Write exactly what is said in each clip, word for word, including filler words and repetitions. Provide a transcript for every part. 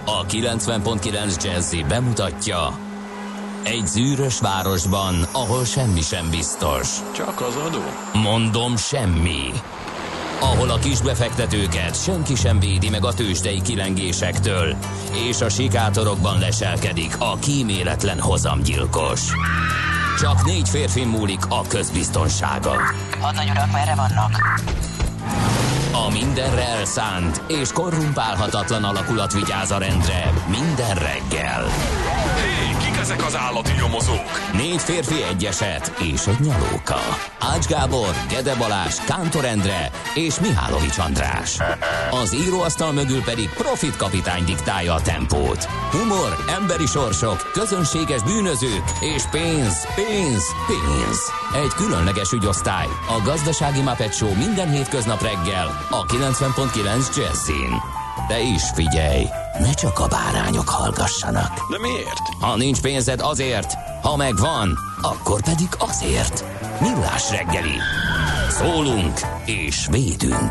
A kilencven pont kilenc Jazzy bemutatja: egy zűrös városban, ahol semmi sem biztos. Csak az adó? Mondom, semmi. Ahol a kisbefektetőket senki sem védi meg a tőzsdei kilengésektől, és a sikátorokban leselkedik a kíméletlen hozamgyilkos. Csak négy férfi múlik a közbiztonsága. Hadnagy urak, merre vannak? A mindenre elszánt és korrumpálhatatlan alakulat vigyáz a rendre minden reggel. Hé, kik ezek az állati nyomozók? Négy férfi, egy eset és egy nyalóka. Ács Gábor, Gede Balázs, Kántor Endre és Mihálovics András. Az íróasztal mögül pedig Profit kapitány diktálja a tempót. Humor, emberi sorsok, közönséges bűnözők és pénz, pénz, pénz. Egy különleges ügyosztály, a Gazdasági Muppet Show minden hétköznap reggel a kilencven pont kilenc Jazzyn. De is figyelj, ne csak a bárányok hallgassanak. De miért? Ha nincs pénzed, azért, ha megvan, akkor pedig azért. Millás reggeli. Szólunk és védünk.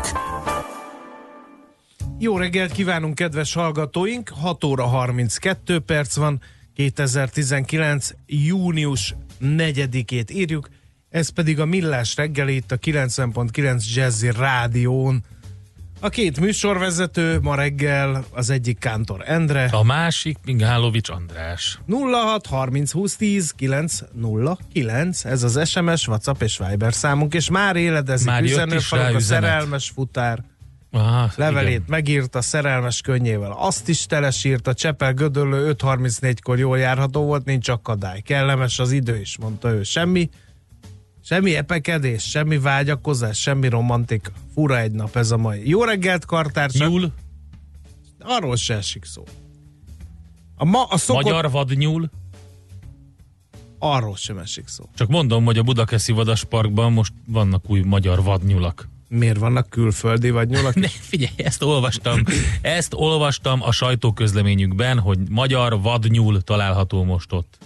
Jó reggelt kívánunk, kedves hallgatóink! hat óra harminckettő perc van, kétezer-tizenkilenc. június negyedikét írjuk, ez pedig a Millás reggeli itt a kilencven pont kilenc Jazzy Rádión. A két műsorvezető ma reggel, az egyik Kántor Endre, a másik Mihálovics András. nulla hat harminc húsz tíz kilenc nulla kilenc, ez az es em es, WhatsApp és Viber számunk, és már éledezik már üzenőfalak, a üzenet. szerelmes futár Ah, levelét igen. megírta szerelmes könnyével, azt is telesírta, Csepel Gödöllő öt harmincnégykor jól járható volt, nincs akadály, kellemes az idő is, mondta ő. Semmi Semmi epekedés, semmi vágyakozás, semmi romantika. Fura egy nap ez a mai. Jó reggelt, kartársak! Nyúl, Arról se esik szó. A ma a szokott... magyar vadnyúl. Arról sem esik szó. Csak mondom, hogy a Budakeszi Vadasparkban most vannak új magyar vadnyulak. Miért vannak külföldi vagy nyulak? Ne, figyelj, ezt olvastam. Ezt olvastam a sajtóközleményükben, hogy magyar vadnyúl található most ott.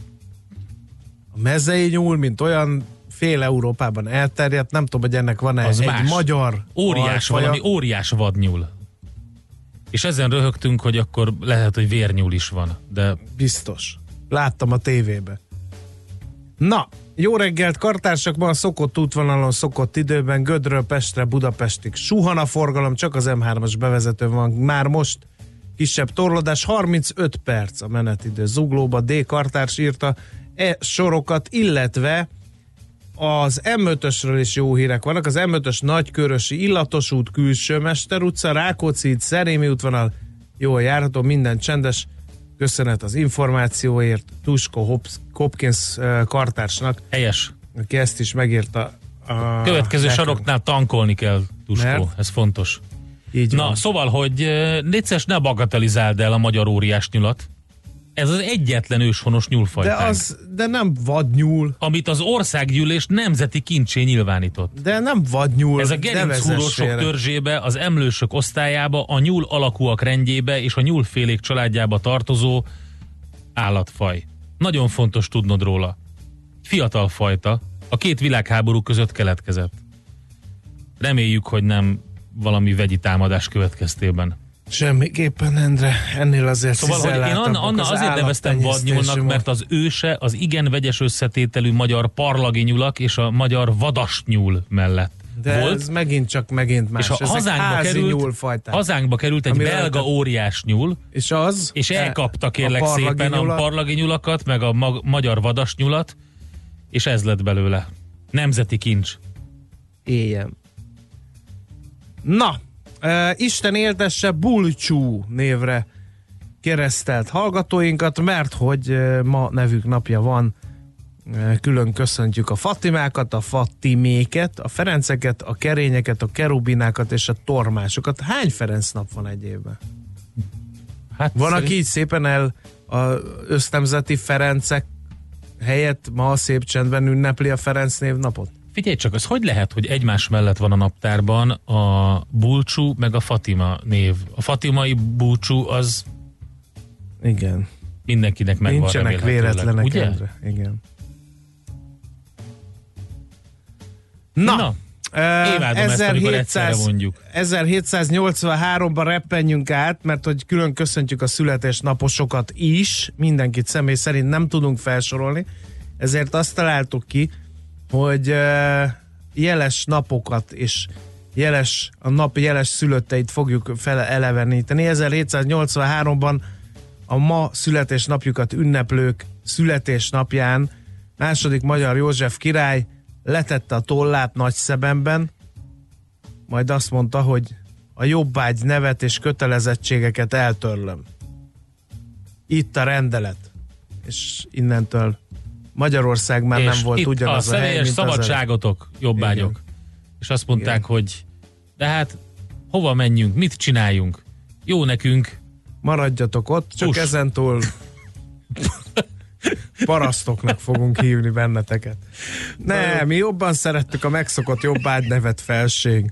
A mezei nyúl, mint olyan fél Európában elterjedt, nem tudom, hogy ennek van-e Az egy más. magyar Óriás, alfaja. valami óriás vadnyúl. És ezen röhögtünk, hogy akkor lehet, hogy vérnyúl is van. De Biztos. Láttam a tévébe. Na, jó reggelt, kartársak! Ma a szokott útvonalon, szokott időben Gödről Pestre, Budapestig suhan a forgalom, csak az em hármas bevezető van már most. Kisebb torlódás, harmincöt perc a menetidő. Zuglóba D. kartárs írta e sorokat, illetve az em ötösről is jó hírek vannak. Az em ötös Nagykörösi Illatos út, Külső Mester utca, Rákóczi híd, Szerémi útvonal, jól járható, minden csendes. Köszönet az információért Tusko Hopkins kartársnak, helyes. aki ezt is megírta. A Következő nekem. saroknál tankolni kell, Tuskó. Mert? Ez fontos. Így Na, van. szóval, hogy létszes, ne bagatelizáld el a magyar óriásnyulat. Ez az egyetlen őshonos De, nyúlfajtánk, az, de nem vadnyúl. amit az országgyűlés nemzeti kincsé nyilvánított. De nem vadnyúl. Ez a ne gerincszúrósok vezessél. törzsébe, az emlősök osztályába, a nyúl alakúak rendjébe és a nyúlfélék családjába tartozó állatfaj. Nagyon fontos tudnod róla. Fiatal fajta, a két világháború között keletkezett. Reméljük, hogy nem valami vegyi támadás következtében. Semmiképpen, Endre, ennél azért Szóval, hogy én Anna, Anna azért neveztem vadnyúlnak, mert az őse az igen vegyes összetételű magyar parlagi nyulak és a magyar vadasnyúl mellett de volt. ez megint csak megint más. És a Ezek hazánkba házi került, nyúlfajták. hazánkba került egy Ami belga lehet- óriás nyúl, És az? és elkapta kérlek a parlagi szépen nyulat? a parlagi nyulakat, meg a mag- magyar vadasnyulat, és ez lett belőle. Nemzeti kincs. Éljen. Na, uh, Isten éltesse Bulcsú névre keresztelt hallgatóinkat, mert hogy uh, ma nevük napja van. Uh, külön köszöntjük a Fatimákat, a Fatiméket, a Ferenceket, a Kerényeket, a Kerubinákat és a Tormásokat. Hány Ferenc nap van egy évben? Hát Van, szerint- aki így szépen el a össznemzeti Ferencek helyett ma szép csendben ünnepli a Ferenc névnapot? Figyelj csak, az hogy lehet, hogy egymás mellett van a naptárban a Bulcsú meg a Fatima név? A fatimai Bulcsú az Igen. mindenkinek meg van Nincsenek remélhetőleg, véletlenek, ugye? Endre. Igen. Na, Na. Imádom ezt, amikor egyszerre mondjuk. ezerhétszáznyolcvanháromban reppenjünk át, mert hogy külön köszöntjük a születésnaposokat is, mindenkit személy szerint nem tudunk felsorolni, ezért azt találtuk ki, hogy uh, jeles napokat és jeles, a nap jeles szülötteit fogjuk feleleveníteni. ezerhétszáznyolcvanháromban a ma születésnapjukat ünneplők születésnapján második Magyar József király letette a tollát Nagyszebenben, majd azt mondta, hogy a jobbágy nevet és kötelezettségeket eltörlöm. Itt a rendelet. És innentől Magyarország már és nem volt ugyanaz a, a hely, mint szabadságotok, jobbágyok. Igen. És azt mondták, igen, hogy de hát hova menjünk, mit csináljunk? Jó nekünk. Maradjatok ott, csak Puss. Ezentúl parasztoknak fogunk hívni benneteket. Nem, mi jobban szerettük a megszokott jobbágy nevet, felség.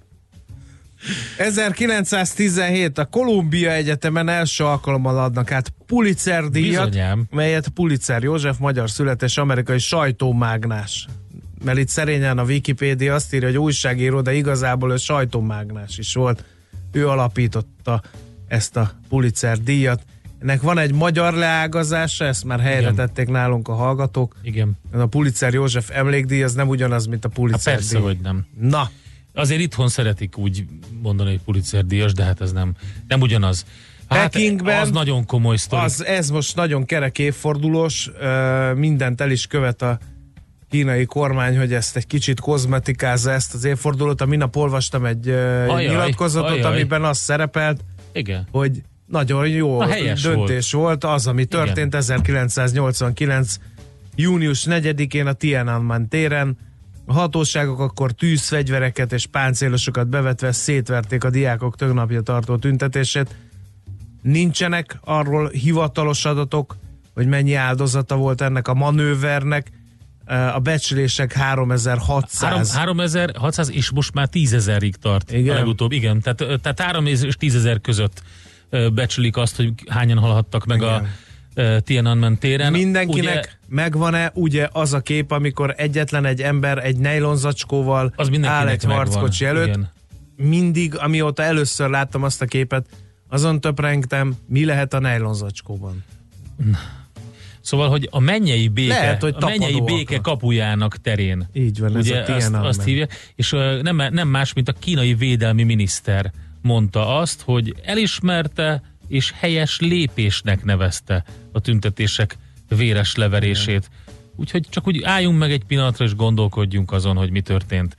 ezerkilencszáztizenhét a Columbia Egyetemen első alkalommal adnak át Pulitzer díjat, bizonyám, melyet Pulitzer József, magyar születés, amerikai sajtómágnás. Mert itt szerényen a Wikipédia azt írja, hogy újságíró, de igazából ő sajtómágnás is volt. Ő alapította ezt a Pulitzer díjat. Ennek van egy magyar leágazása, ezt már helyre igen, tették nálunk a hallgatók. Igen. A Pulitzer József emlékdíj az nem ugyanaz, mint a Pulitzer persze, díj. Hogy nem. Na. Azért itthon szeretik úgy mondani, hogy Pulitzer díjas, de hát ez nem, nem ugyanaz. Hát Pekingben az nagyon komoly sztori. Az, ez most nagyon kerek évfordulós, mindent el is követ a kínai kormány, hogy ezt egy kicsit kozmetikázza ezt az évfordulót. A minap olvastam egy ajaj, nyilatkozatot, ajaj, amiben az szerepelt, igen, hogy nagyon jó döntés volt. volt az, ami történt. Igen. ezerkilencszáznyolcvankilenc június negyedikén a Tiananmen téren. A hatóságok akkor tűzfegyvereket és páncélosokat bevetve szétverték a diákok többnapja tartó tüntetését. Nincsenek arról hivatalos adatok, hogy mennyi áldozata volt ennek a manővernek. A becslések háromezer-hatszáz. háromezer-hatszáz és most már tízezerig tart. Igen. A legutóbb, igen. Tehát, tehát három és tízezer között becsülik azt, hogy hányan halhattak meg, igen, a Tiananmen téren. Mindenkinek ugye, megvan-e ugye az a kép, amikor egyetlen egy ember egy nejlonzacskóval áll egy harckocsi előtt? Igen. Mindig, amióta először láttam azt a képet, azon töprengtem, mi lehet a nejlonzacskóban. Szóval, hogy a mennyei béke, lehet, a mennyei béke kapujának terén. Így van, ugye ez a Tiananmen. Azt, azt hívják, és nem, nem más, mint a kínai védelmi miniszter mondta azt, hogy elismerte és helyes lépésnek nevezte a tüntetések véres leverését. Úgyhogy csak úgy álljunk meg egy pillanatra, és gondolkodjunk azon, hogy mi történt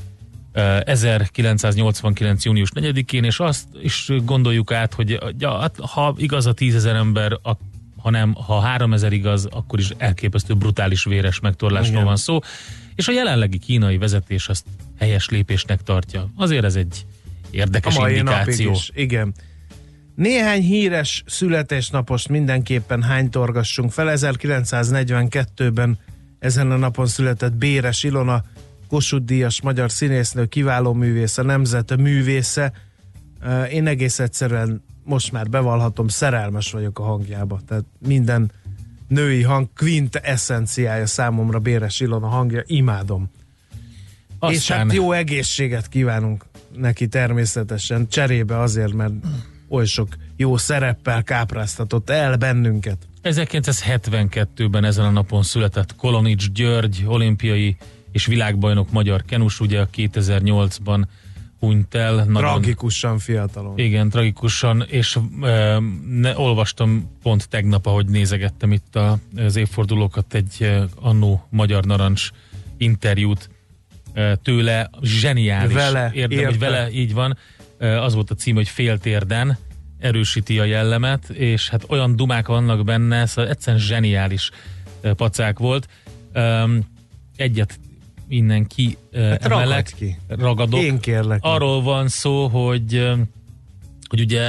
ezerkilencszáznyolcvankilenc június negyedikén, és azt is gondoljuk át, hogy ja, ha igaz a tízezer ember, a, hanem ha háromezer igaz, akkor is elképesztő brutális véres megtorlásról, igen, van szó, és a jelenlegi kínai vezetés azt helyes lépésnek tartja. Azért ez egy érdekes indikáció. Is, igen. Néhány híres születésnapost mindenképpen hánytorgassunk fel. ezerkilencszáznegyvenkettőben ezen a napon született Béres Ilona, Kossuth-díjas magyar színésznő, kiváló művész, a nemzet művésze. Én egész egyszerűen most már bevallhatom, szerelmes vagyok a hangjába. Tehát minden női hang quintesszenciája számomra Béres Ilona hangja, imádom. Aztán... És hát jó egészséget kívánunk neki természetesen, cserébe azért, mert oly sok jó szereppel kápráztatott el bennünket. ezerkilencszázhetvenkettőben ezen a napon született Kolonics György, olimpiai és világbajnok magyar kenus, ugye kétezer-nyolcban hunyt el. Nagyon, tragikusan fiatalon. Igen, tragikusan, és e, ne, olvastam pont tegnap, ahogy nézegettem itt a, az évfordulókat, egy e, annó Magyar Narancs interjút e, tőle, zseniális. Vele, érdem, hogy vele, így van. E, az volt a cím, hogy Féltérden, erősíti a jellemet, és hát olyan dumák vannak benne, szóval egyszerűen zseniális e, pacák volt. E, egyet innen ki hát emelek, ki. ragadok. Én kérlek. Arról van szó, hogy, hogy ugye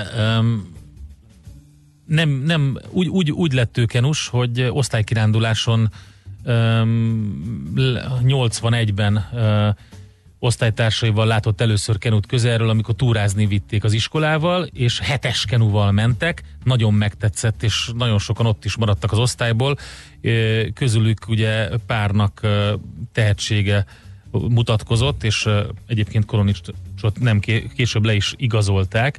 nem, nem úgy, úgy, úgy lett ő kenus, hogy osztálykiránduláson nyolcvanegyben osztálytársaival látott először kenut közelről, amikor túrázni vitték az iskolával, és hetes kenuval mentek, nagyon megtetszett, és nagyon sokan ott is maradtak az osztályból. Közülük ugye párnak tehetsége mutatkozott, és egyébként Kolonicsot nem később le is igazolták.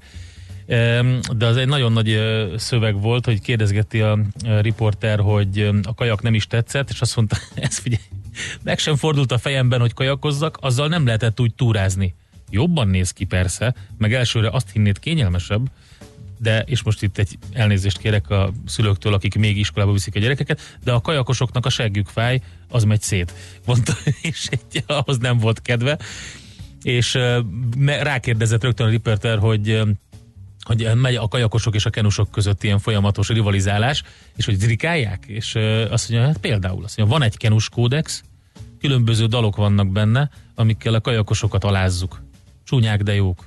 De az egy nagyon nagy szöveg volt, hogy kérdezgeti a riporter, hogy a kajak nem is tetszett, és azt mondta, ez figyelj, meg sem fordult a fejemben, hogy kajakozzak, azzal nem lehetett úgy túrázni. Jobban néz ki persze, meg elsőre azt hinnéd kényelmesebb, de, és most itt egy elnézést kérek a szülőktől, akik még iskolába viszik a gyerekeket, de a kajakosoknak a seggük fáj, az megy szét. Mondta, és egy, ahhoz nem volt kedve. És rákérdezett rögtön a riporter, hogy hogy megy a kajakosok és a kenusok között ilyen folyamatos rivalizálás, és hogy zrikálják, és azt mondja, hát például azt mondja, van egy kenus kódex, különböző dalok vannak benne, amikkel a kajakosokat alázzuk. Csúnyák, de jók.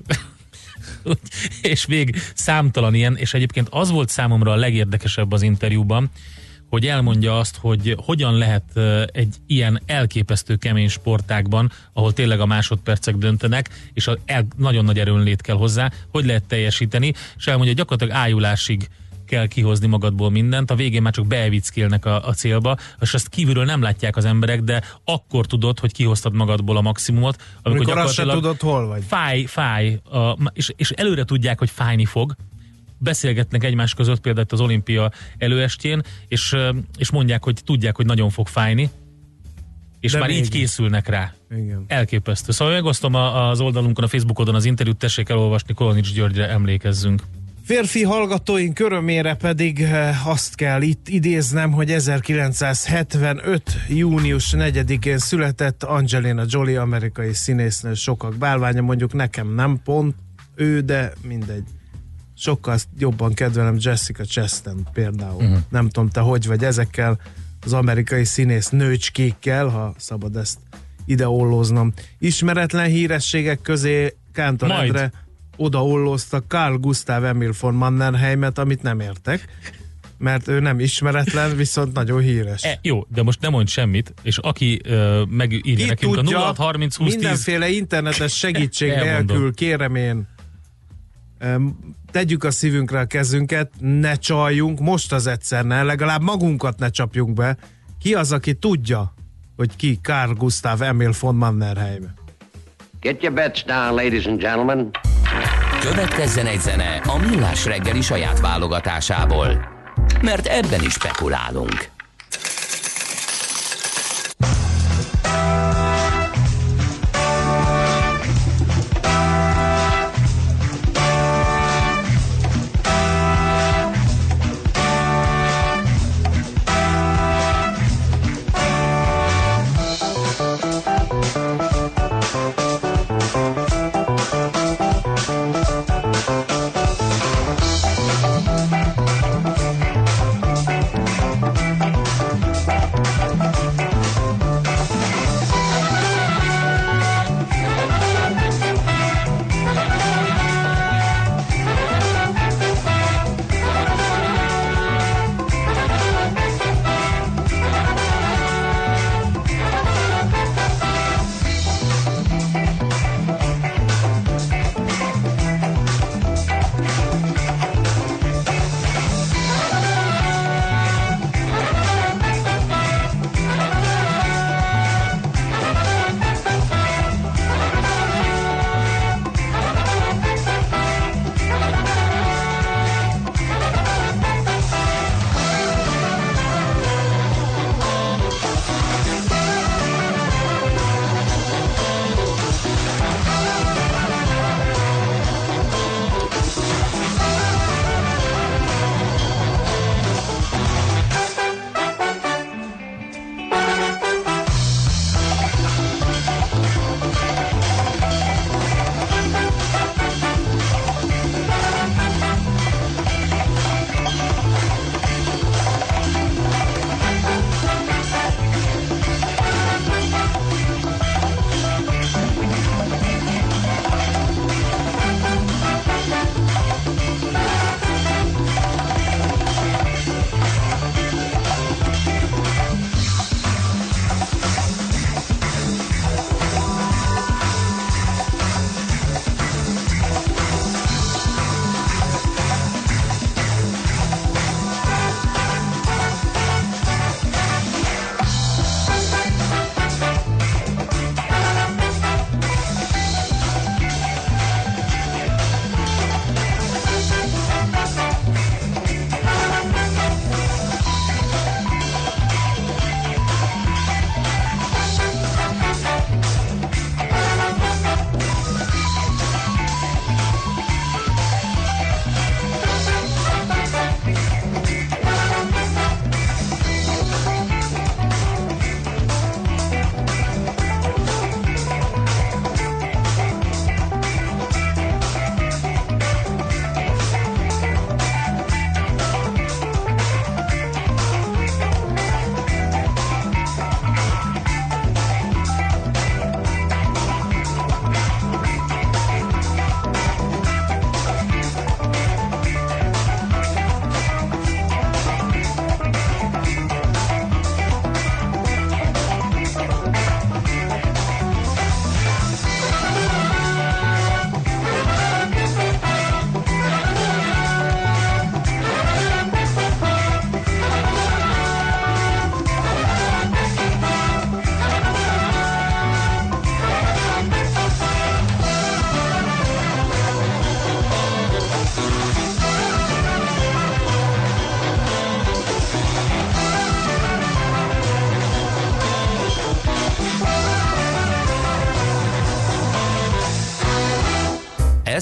És még számtalan ilyen, és egyébként az volt számomra a legérdekesebb az interjúban, hogy elmondja azt, hogy hogyan lehet egy ilyen elképesztő kemény sportágban, ahol tényleg a másodpercek döntenek, és a, el, nagyon nagy erőnlét kell hozzá, hogy lehet teljesíteni, és elmondja, hogy gyakorlatilag ájulásig kell kihozni magadból mindent, a végén már csak beevickélnek a, a célba, és azt kívülről nem látják az emberek, de akkor tudod, hogy kihoztad magadból a maximumot, amikor, amikor azt se tudod, hol vagy. Fáj, fáj, a, és, és előre tudják, hogy fájni fog, beszélgetnek egymás között például az olimpia előestjén, és, és mondják, hogy tudják, hogy nagyon fog fájni, és de már így készülnek rá. Igen. Elképesztő. Szóval megosztom az oldalunkon, a Facebookodon az interjút, tessék elolvasni, Kolonics Györgyre emlékezzünk. Férfi hallgatóink örömére pedig azt kell itt idéznem, hogy ezerkilencszázhetvenöt. június negyedikén született Angelina Jolie, amerikai színésznő, sokak bálványa, mondjuk nekem nem pont ő, de mindegy. Sokkal jobban kedvelem Jessica Chastain például. Uh-huh. Nem tudom, te hogy vagy ezekkel az amerikai színész nőcskékkel, ha szabad ezt ideollóznom. Ismeretlen hírességek közé Kántor Endre odaollóztak Carl Gustav Emil von Mannerheimet, amit nem értek, mert ő nem ismeretlen, viszont nagyon híres. E, jó, de most nem mondj semmit, és aki uh, megírja Ki nekünk tudja, a nulla harminc húsz mindenféle internetes segítség nélkül, kérem én, tegyük a szívünkre a kezünket, ne csaljunk, most az egyszer ne, legalább magunkat ne csapjunk be. Ki az, aki tudja, hogy ki Carl Gustav Emil von Mannerheim? Get your bets down, ladies and gentlemen. Következzen egy zene a Millás reggeli saját válogatásából, mert ebben is spekulálunk.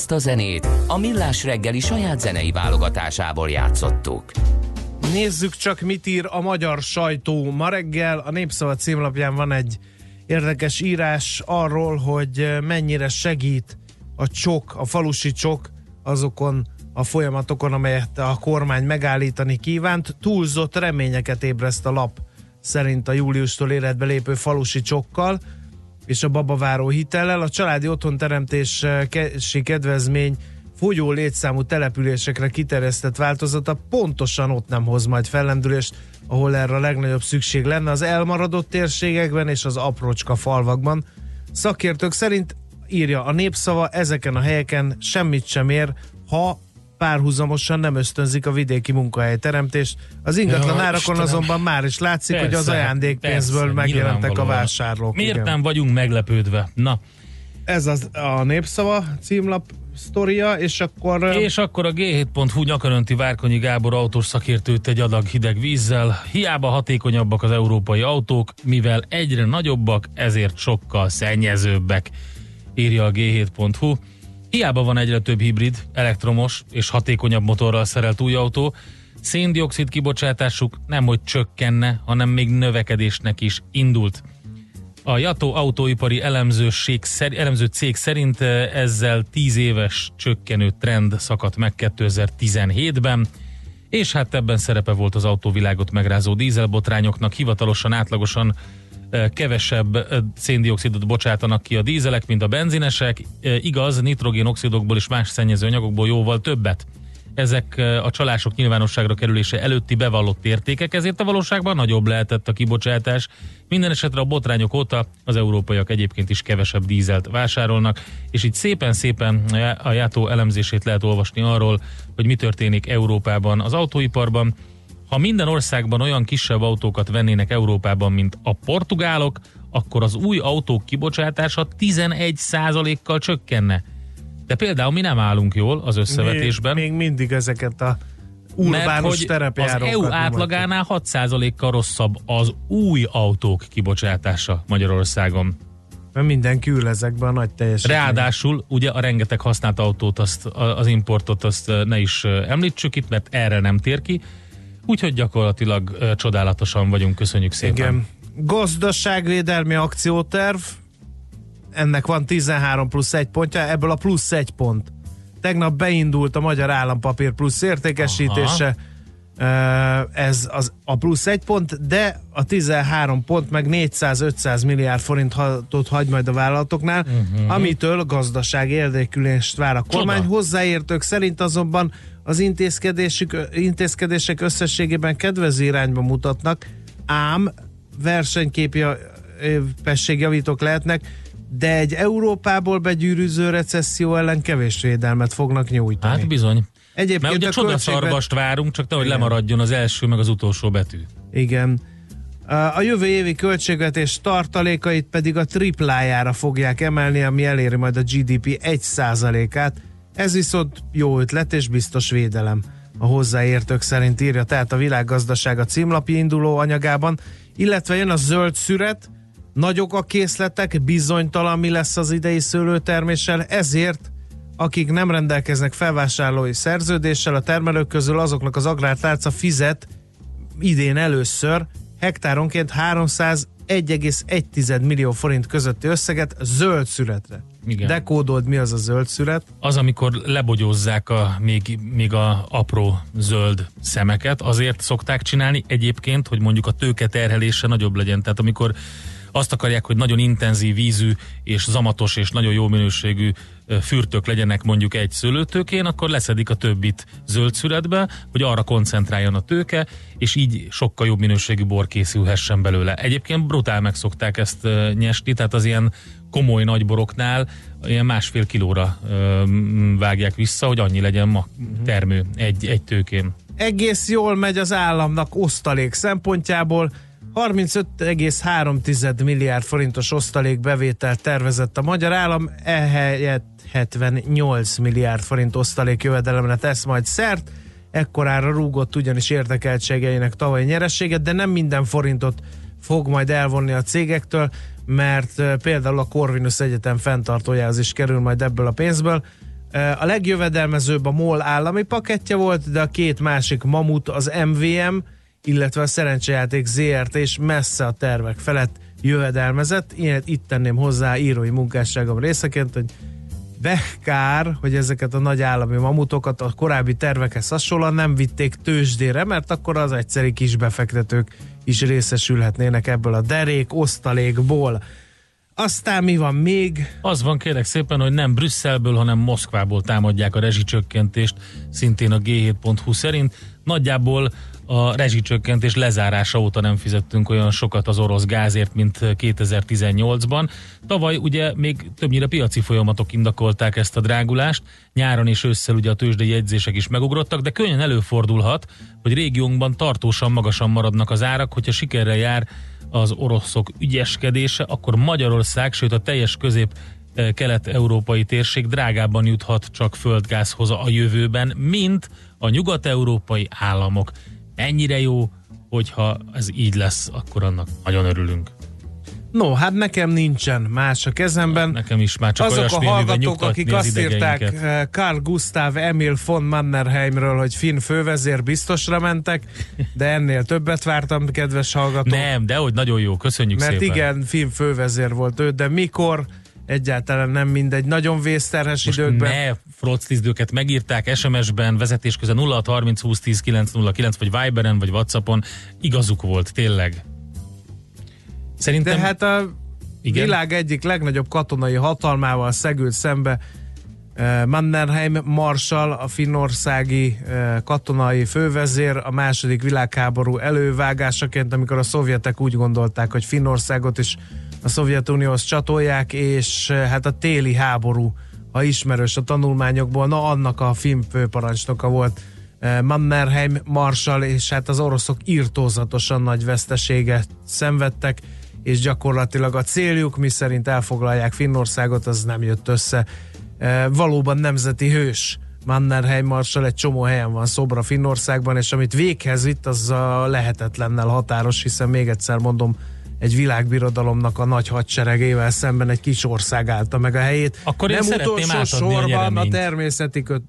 Ezt a zenét a Millás reggeli saját zenei válogatásából játszottuk. Nézzük csak, mit ír a magyar sajtó ma reggel. A Népszava címlapján van egy érdekes írás arról, hogy mennyire segít a csok, a falusi csok azokon a folyamatokon, amelyet a kormány megállítani kívánt. Túlzott reményeket ébreszt a lap szerint a júliustól életbe lépő falusi csokkal és a babaváró hitellel. A családi otthonteremtési kedvezmény fogyó létszámú településekre kiterjesztett változata pontosan ott nem hoz majd fellendülést, ahol erre a legnagyobb szükség lenne, az elmaradott térségekben és az aprócska falvakban. Szakértők szerint, írja a Népszava, ezeken a helyeken semmit sem ér, ha párhuzamosan nem ösztönzik a vidéki munkahelyteremtést. Az ingatlan ja, árakon Istenem. Azonban már is látszik, persze, hogy az ajándékpénzből persze, megjelentek a vásárlók. Miért igen. nem vagyunk meglepődve? Na. Ez az a Népszava címlap sztoria, és akkor... És akkor a gé hét pont hu Nyakörönti Várkonyi Gábor autós szakértőt egy adag hideg vízzel. Hiába hatékonyabbak az európai autók, mivel egyre nagyobbak, ezért sokkal szennyezőbbek, írja a gé hét pont hu. Hiába van egyre több hibrid, elektromos és hatékonyabb motorral szerelt új autó, szén-dioxid kibocsátásuk nemhogy csökkenne, hanem még növekedésnek is indult. A Jato autóipari elemzőség, elemző cég szerint ezzel tíz éves csökkenő trend szakadt meg kétezer-tizenhétben, és hát ebben szerepe volt az autóvilágot megrázó dízelbotrányoknak. Hivatalosan átlagosan kevesebb széndioxidot bocsátanak ki a dízelek, mint a benzinesek. Igaz, nitrogénoxidokból és más szennyező anyagokból jóval többet. Ezek a csalások nyilvánosságra kerülése előtti bevallott értékek, ezért a valóságban nagyobb lehetett a kibocsátás. Minden esetre a botrányok óta az európaiak egyébként is kevesebb dízelt vásárolnak, és így szépen-szépen a Jato elemzését lehet olvasni arról, hogy mi történik Európában az autóiparban. Ha minden országban olyan kisebb autókat vennének Európában, mint a portugálok, akkor az új autók kibocsátása tizenegy százalékkal csökkenne. De például mi nem állunk jól az összevetésben. Még, még mindig ezeket a urbánus terepjárókat. Az é u átlagánál hat százalékkal rosszabb az új autók kibocsátása Magyarországon. Mert mindenki ül ezekben a nagy teljesítmények. Ráadásul ugye a rengeteg használt autót, azt, az importot azt ne is említsük itt, mert erre nem tér ki. Úgyhogy gyakorlatilag uh, csodálatosan vagyunk, köszönjük szépen. Igen. Gazdaságvédelmi akcióterv, ennek van tizenhárom plusz egy pontja, ebből a plusz egy pont. Tegnap beindult a Magyar Állampapír plusz értékesítése, uh, ez az, a plusz egy pont, de a tizenhárom pont meg négyszáz-ötszáz milliárd forintot hagy majd a vállalatoknál, uh-huh. amitől gazdasági érdekülést vár a kormány. Csoda. Hozzáértők szerint azonban az intézkedések összességében kedvező irányba mutatnak, ám versenyképességjavítók lehetnek, de egy Európából begyűrűző recesszió ellen kevés védelmet fognak nyújtani. Hát bizony. Egyébként mert ugye csodaszarvast várunk, csak nehogy lemaradjon az első meg az utolsó betű. Igen. A jövő évi költségvetés tartalékait pedig a triplájára fogják emelni, ami eléri majd a gé dé pé egy százalékát. Ez viszont jó ötlet és biztos védelem, a hozzáértők szerint, írja tehát a Világgazdaság a címlapi induló anyagában, illetve jön a zöld szüret, nagyok a készletek, bizonytalan mi lesz az idei szőlőterméssel, ezért akik nem rendelkeznek felvásárlói szerződéssel, a termelők közül azoknak az agrártárca fizet idén először hektáronként háromszázegy egész egy millió forint közötti összeget zöld szüretre. Igen. Dekódold, mi az a zöld szüret? Az, amikor lebogyózzák a, még, még a apró zöld szemeket, azért szokták csinálni egyébként, hogy mondjuk a tőke terhelése nagyobb legyen. Tehát amikor azt akarják, hogy nagyon intenzív vízű és zamatos és nagyon jó minőségű fürtök legyenek mondjuk egy szőlőtőkén, akkor leszedik a többit zöld szüretbe, hogy arra koncentráljon a tőke, és így sokkal jobb minőségű bor készülhessen belőle. Egyébként brutál meg szokták ezt nyesni, tehát az ilyen komoly nagyboroknál ilyen másfél kilóra ö, vágják vissza, hogy annyi legyen ma termő egy, egy tőkén. Egész jól megy az államnak osztalék szempontjából, harmincöt egész három milliárd forintos osztalékbevételt tervezett a magyar állam, ehelyett hetvennyolc milliárd forint osztalék jövedelemre tesz majd szert, ekkorára rúgott ugyanis érdekeltségeinek tavalyi nyerességet, de nem minden forintot fog majd elvonni a cégektől, mert például a Corvinus Egyetem fenntartójához is kerül majd ebből a pénzből. A legjövedelmezőbb a MOL állami pakettje volt, de a két másik mamut az em vé em, illetve a Szerencsejáték zé er té és messze a tervek felett jövedelmezett. Ilyen, itt tenném hozzá írói munkásságom részeként, hogy bekár, hogy ezeket a nagy állami mamutokat a korábbi tervekhez hasonlóan nem vitték tőzsdére, mert akkor az egyszeri kis befektetők is részesülhetnének ebből a derék osztalékból. Aztán mi van még? Az van kérlek szépen, hogy nem Brüsszelből, hanem Moszkvából támadják a rezsicsökkentést, szintén a gé hét pont hu szerint. Nagyjából a rezsicsökkentés lezárása óta nem fizettünk olyan sokat az orosz gázért, mint kétezer-tizennyolcban. Tavaly ugye még többnyire piaci folyamatok indokolták ezt a drágulást, nyáron és ősszel ugye a tőzsdei jegyzések is megugrottak, de könnyen előfordulhat, hogy régiónkban tartósan magasan maradnak az árak, hogyha sikerrel jár az oroszok ügyeskedése, akkor Magyarország, sőt a teljes közép-kelet-európai térség drágábban juthat csak földgázhoz a jövőben, mint a nyugat-európai államok. Ennyire jó, hogyha ez így lesz, akkor annak nagyon örülünk. No, hát nekem nincsen más a kezemben. Nekem is már csak azok olyasmi, a amivel hallgatók, akik az azt írták Carl Gustav Emil von Mannerheimről, hogy finn fővezér, biztosra mentek, de ennél többet vártam, kedves hallgatók. Nem, de hogy nagyon jó, köszönjük mert szépen. Mert igen, finn fővezér volt ő, de mikor? Egyáltalán nem mindegy. Nagyon vészterhes most időkben. Ne froclizd őket, megírták es em es-ben, vezetés közben nulla hat harminc húsz tíz kilenc nulla kilenc, vagy Viberen, vagy WhatsAppon. Igazuk volt, tényleg. Szerintem... De hát a igen? világ egyik legnagyobb katonai hatalmával szegült szembe Mannerheim marsall, a finnországi katonai fővezér a második világháború elővágásaként, amikor a szovjetek úgy gondolták, hogy Finnországot is a Szovjetunióhoz csatolják, és hát a téli háború, ha ismerős a tanulmányokból, na annak a finn főparancsnoka volt Mannerheim marsall, és hát az oroszok irtózatosan nagy veszteséget szenvedtek, és gyakorlatilag a céljuk, miszerint elfoglalják Finnországot, az nem jött össze. E, valóban nemzeti hős Mannerheim marsall, egy csomó helyen van szobra Finnországban, és amit véghez vitt, az a lehetetlennel határos, hiszen még egyszer mondom, egy világbirodalomnak a nagy hadseregével szemben egy kis ország állta meg a helyét. Akkor nem utolsó sorban a, a természeti köt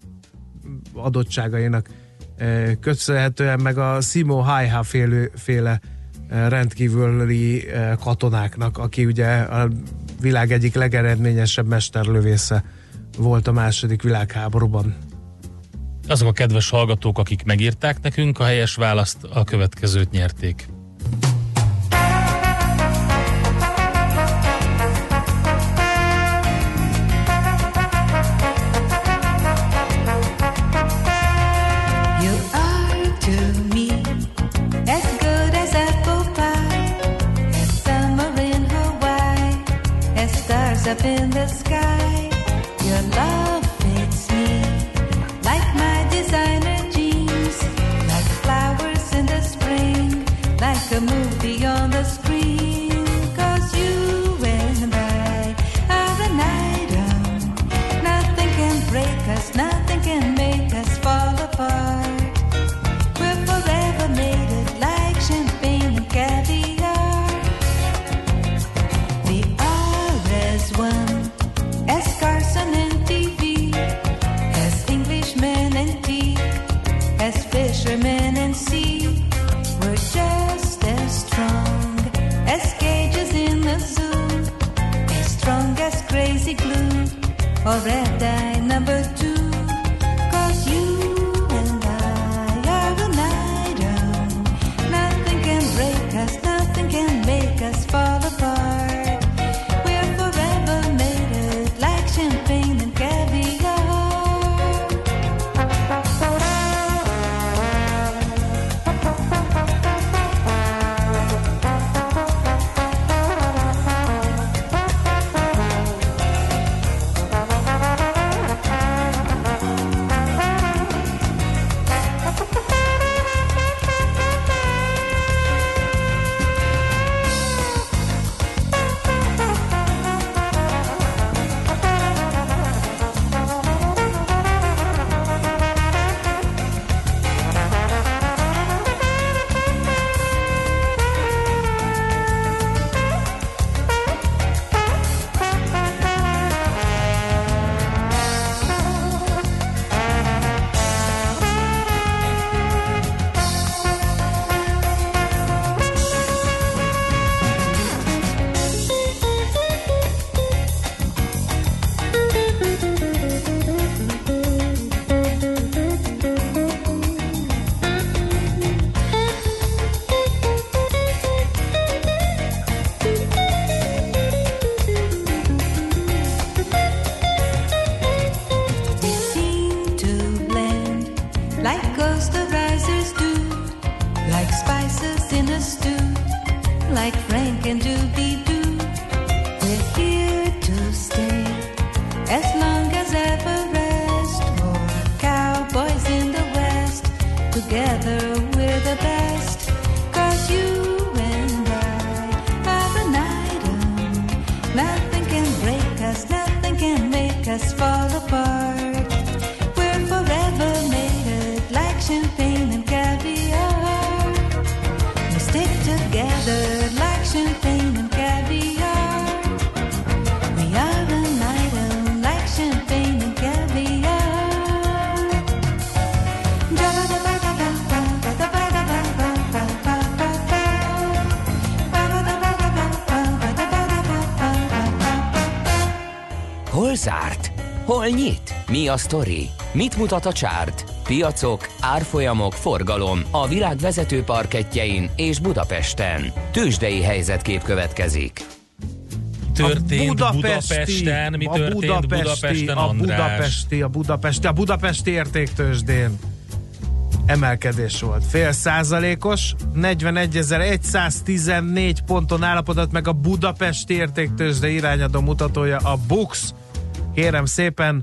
adottságainak e, köszönhetően, meg a Simo Häyhä féle rendkívüli katonáknak, aki ugye a világ egyik legeredményesebb mesterlövésze volt a második világháborúban. Azok a kedves hallgatók, akik megírták nekünk, a helyes választ, a következőt nyerték. Up in the sky, your love fits me like my designer jeans, like flowers in the spring, like together we're the best, 'cause you and I have an item. Nothing can break us, nothing can make us fall apart. We're forever mated like champagne and caviar. We stick together like champagne and caviar. We are an item like champagne and caviar. Hol zárt? Hol nyit? Mi a sztori? Mit mutat a csárt? Piacok, árfolyamok, forgalom a világ vezető parkettjein és Budapesten. Tőzsdei helyzetkép következik. Történt A Budapesten, mi a történt budapesti, Budapesten, a András? budapesti, a budapesti, a budapesti értéktőzsdén emelkedés volt. Fél százalékos, negyvenegyezer-száztizennégy ponton állapodott meg a budapesti értéktőzsde irányadó mutatója, a BUX. Kérem szépen,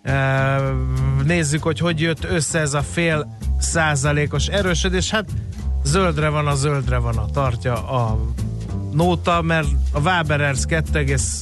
nézzük, hogy hogy jött össze ez a fél százalékos erősödés. Hát zöldre van a zöldre van a tartja a nóta, mert a Waberers kettő egész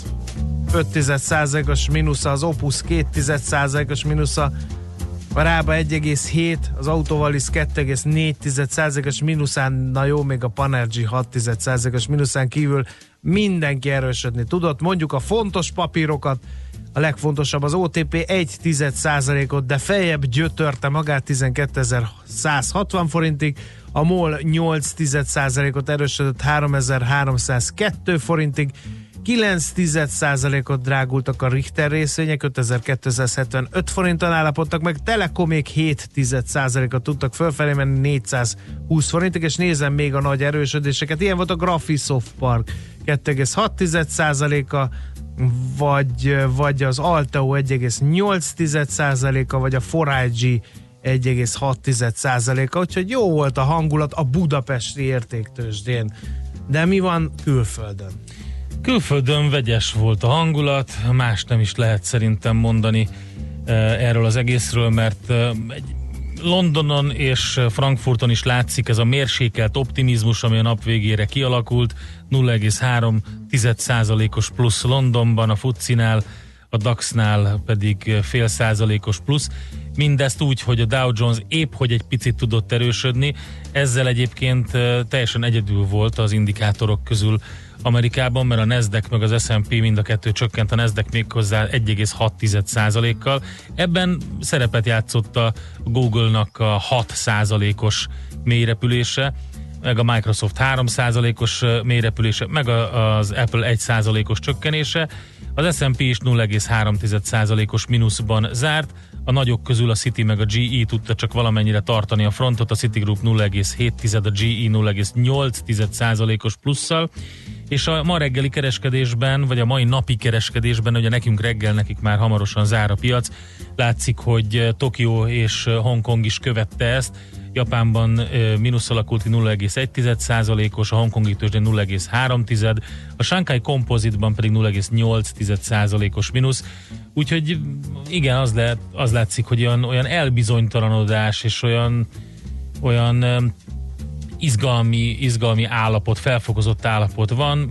öt százalékos mínusza, az Opus két százalékos mínusza, a Rába egy egész hét, az Autovalis kettő egész négy százalékos mínuszán, na jó, még a Panergy hat százalékos mínuszán kívül mindenki erősödni tudott. Mondjuk a fontos papírokat, a legfontosabb az o té pé egy százalékot, de feljebb gyötörte magát tizenkétezer-százhatvan forintig, a MOL nyolc százalékot erősödött háromezer-háromszázkettő forintig, kilenc százalékot drágultak a Richter részvények, ötezer-kétszázhetvenöt forinton állapodtak meg, Telekomék hét százalékot tudtak fölfelé menni négyszázhúsz forintig, és nézem még a nagy erősödéseket. Ilyen volt a Graphisoft Park kettő egész hat százaléka, vagy, vagy az Alteo egy egész nyolc százaléka, vagy a four I G egy egész hat százaléka, úgyhogy jó volt a hangulat a budapesti értéktőzsdén. De mi van külföldön? Külföldön vegyes volt a hangulat, más nem is lehet szerintem mondani erről az egészről, mert egy Londonon és Frankfurton is látszik ez a mérsékelt optimizmus, ami a nap végére kialakult, nulla egész három százalékos plusz Londonban, a FTSE-nál, a DAX-nál pedig fél százalékos plusz. Mindezt úgy, hogy a Dow Jones épp hogy egy picit tudott erősödni, ezzel egyébként teljesen egyedül volt az indikátorok közül Amerikában, mert a Nasdaq meg az es and pé mind a kettő csökkent, a Nasdaq még hozzá egy egész hat százalékkal. Ebben szerepet játszott a Google-nak a hat százalékos mélyrepülése, meg a Microsoft három százalékos mélyrepülése, meg az Apple egy százalékos csökkenése. Az es and pé is nulla egész három százalékos mínuszban zárt, a nagyok közül a Citi meg a gé é tudta csak valamennyire tartani a frontot, a Citigroup nulla egész hét, a gé é nulla egész nyolc százalékos plusszal, és a ma reggeli kereskedésben, vagy a mai napi kereskedésben, ugye nekünk reggel, nekik már hamarosan zár a piac, látszik, hogy Tokió és Hongkong is követte ezt. Japánban e, mínusz alakult ki nulla egész egy százalékos, a hongkongi tőzsdén nulla egész három, a Shanghai Composite-ban pedig nulla egész nyolc százalékos mínusz. Úgyhogy igen, az, lehet, az látszik, hogy olyan, olyan elbizonytalanodás és olyan, olyan e, izgalmi, izgalmi állapot, felfokozott állapot van,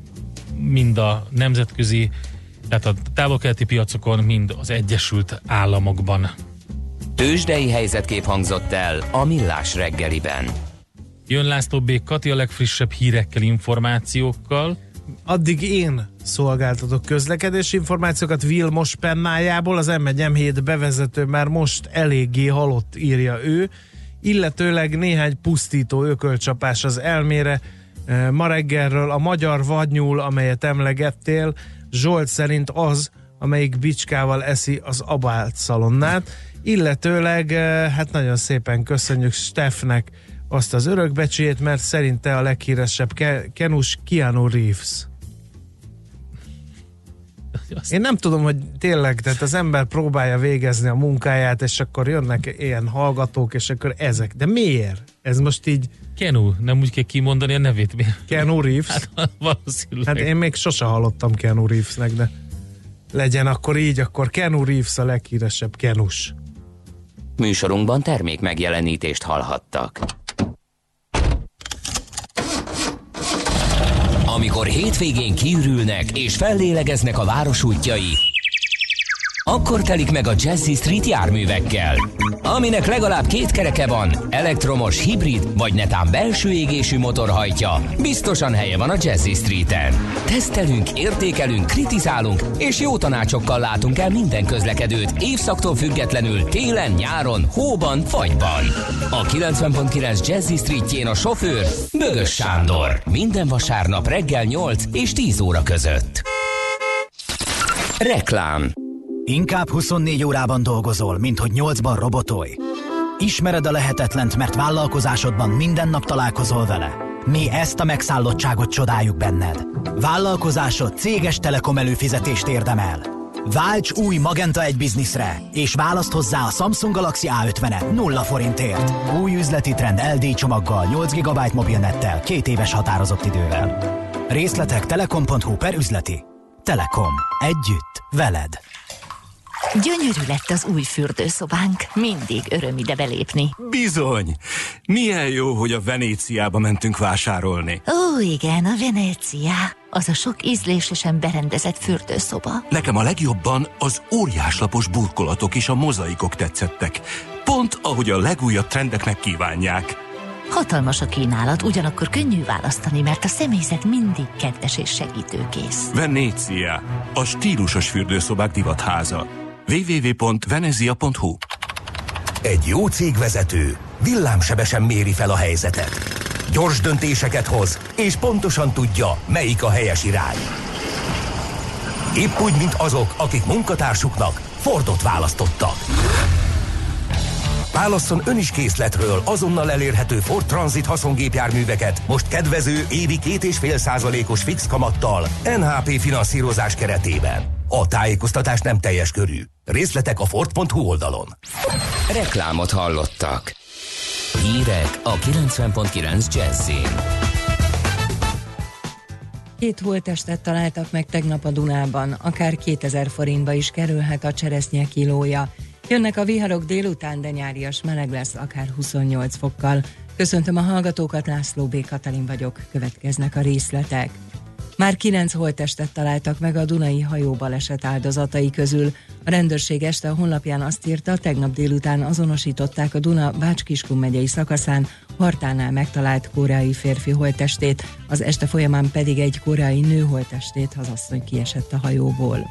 mind a nemzetközi, tehát a távol-keleti piacokon, mind az Egyesült Államokban. Tőzsdei helyzetkép hangzott el a Millás reggeliben. Jön László B. Kati a legfrissebb hírekkel, információkkal. Addig én szolgáltatok közlekedési információkat Vilmos pennájából, az em egy em hét bevezető már most eléggé halott, írja ő, illetőleg néhány pusztító ökölcsapás az elmére. Ma reggelről a magyar vadnyúl, amelyet emlegettél, Zsolt szerint az, amelyik bicskával eszi az abált szalonnát, illetőleg hát nagyon szépen köszönjük Steffnek azt az örökbecsét, mert szerinte a leghíresebb ke- kenus Keanu Reeves. Én nem tudom, hogy tényleg, tehát az ember próbálja végezni a munkáját, és akkor jönnek ilyen hallgatók, és akkor ezek. De miért? Ez most így... Keanu, nem úgy kell kimondani a nevét. Keanu Reeves? Hát valószínűleg. Hát én még sose hallottam Keanu Reevesnek, de legyen akkor így, akkor Keanu Reeves a leghíresebb kenus. Műsorunkban termék megjelenítést hallhattak. Amikor hétvégén kiürülnek és fellélegeznek a város útjai, akkor telik meg a Jazzy Street járművekkel, aminek legalább két kereke van, elektromos, hibrid vagy netán belső égésű motor hajtja. Biztosan helye van a Jazzy Streeten. Tesztelünk, értékelünk, kritizálunk és jó tanácsokkal látunk el minden közlekedőt évszaktól függetlenül télen, nyáron, hóban, fagyban. A kilencven pont kilenc Jazzy Streetjén a sofőr Bögös Sándor. Minden vasárnap reggel nyolc és tíz óra között. Reklám. Inkább huszonnégy órában dolgozol, mint hogy nyolcban robotolj. Ismered a lehetetlent, mert vállalkozásodban minden nap találkozol vele. Mi ezt a megszállottságot csodáljuk benned. Vállalkozásod céges telekom előfizetést érdemel. Válts új Magenta egy bizniszre, és választ hozzá a Samsung Galaxy á ötvenet nulla forintért. Új üzleti trend el dé csomaggal, nyolc gigabyte mobilnettel, két éves határozott idővel. Részletek telekom pont hu per üzleti. Telekom. Együtt. Veled. Gyönyörű lett az új fürdőszobánk. Mindig öröm ide belépni. Bizony! Milyen jó, hogy a Venéciába mentünk vásárolni. Ó, igen, a Venécia. Az a sok ízlésesen berendezett fürdőszoba. Nekem a legjobban az óriáslapos burkolatok és a mozaikok tetszettek. Pont ahogy a legújabb trendeknek kívánják. Hatalmas a kínálat, ugyanakkor könnyű választani, mert a személyzet mindig kedves és segítőkész. Venécia, a stílusos fürdőszobák divatháza. double-u double-u double-u pont venezia pont hu. Egy jó cégvezető villámsebesen méri fel a helyzetet. Gyors döntéseket hoz, és pontosan tudja, melyik a helyes irány. Épp úgy, mint azok, akik munkatársuknak Fordot választottak. Válasszon ön is készletről azonnal elérhető Ford Transit haszongépjárműveket most kedvező évi két egész öt százalékos fix kamattal en há pé finanszírozás keretében. A tájékoztatás nem teljes körű. Részletek a ford pont hu oldalon. Reklámot hallottak. Hírek a kilencven pont kilenc Jazzyn. Két holttestet találtak meg tegnap a Dunában, akár kétezer forintba is kerülhet a cseresznye kilója. Jönnek a viharok délután, de nyárias meleg lesz, akár huszonnyolc fokkal. Köszöntöm a hallgatókat, László B. Katalin vagyok, következnek a részletek. Már kilenc holttestet találtak meg a dunai hajóbaleset áldozatai közül. A rendőrség este a honlapján azt írta, tegnap délután azonosították a Duna Bács-Kiskun megyei szakaszán Hartánál megtalált koreai férfi holttestét, az este folyamán pedig egy koreai nő holttestét, az asszony kiesett a hajóból.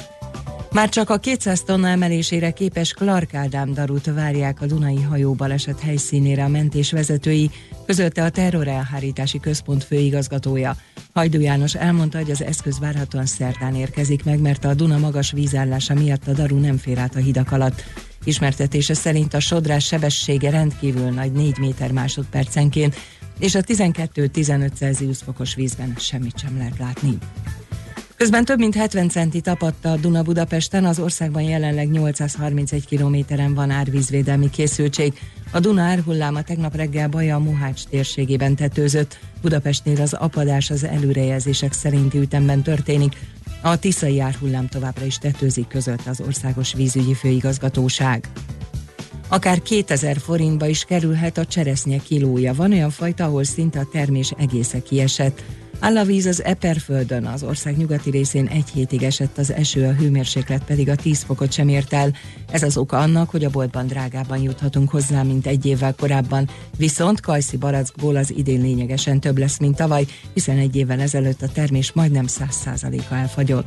Már csak a kétszáz tonna emelésére képes Clark Ádám darut várják a Dunai hajóbaleset helyszínére a mentés vezetői, közölte a Terrorelhárítási Központ főigazgatója. Hajdú János elmondta, hogy az eszköz várhatóan szerdán érkezik meg, mert a Duna magas vízállása miatt a daru nem fér át a hidak alatt. Ismertetése szerint a sodrás sebessége rendkívül nagy, négy méter másodpercenként, és a tizenkettő-tizenöt Celsius fokos vízben semmit sem lehet látni. Közben több mint hetven centi tapadta a Duna Budapesten, az országban jelenleg nyolcszázharmincegy kilométeren van árvízvédelmi készültség. A Duna árhulláma tegnap reggel Baja-Mohács térségében tetőzött, Budapestnél az apadás az előrejelzések szerinti ütemben történik. A tiszai árhullám továbbra is tetőzik, között az Országos Vízügyi Főigazgatóság. Akár kétezer forintba is kerülhet a cseresznye kilója. Van olyan fajta, ahol szinte a termés egésze kiesett. Áll a víz az Eperföldön, az ország nyugati részén egy hétig esett az eső, a hőmérséklet pedig a tíz fokot sem ért el. Ez az oka annak, hogy a boltban drágában juthatunk hozzá, mint egy évvel korábban. Viszont kajszi barackból az idén lényegesen több lesz, mint tavaly, hiszen egy évvel ezelőtt a termés majdnem száz százaléka elfagyott.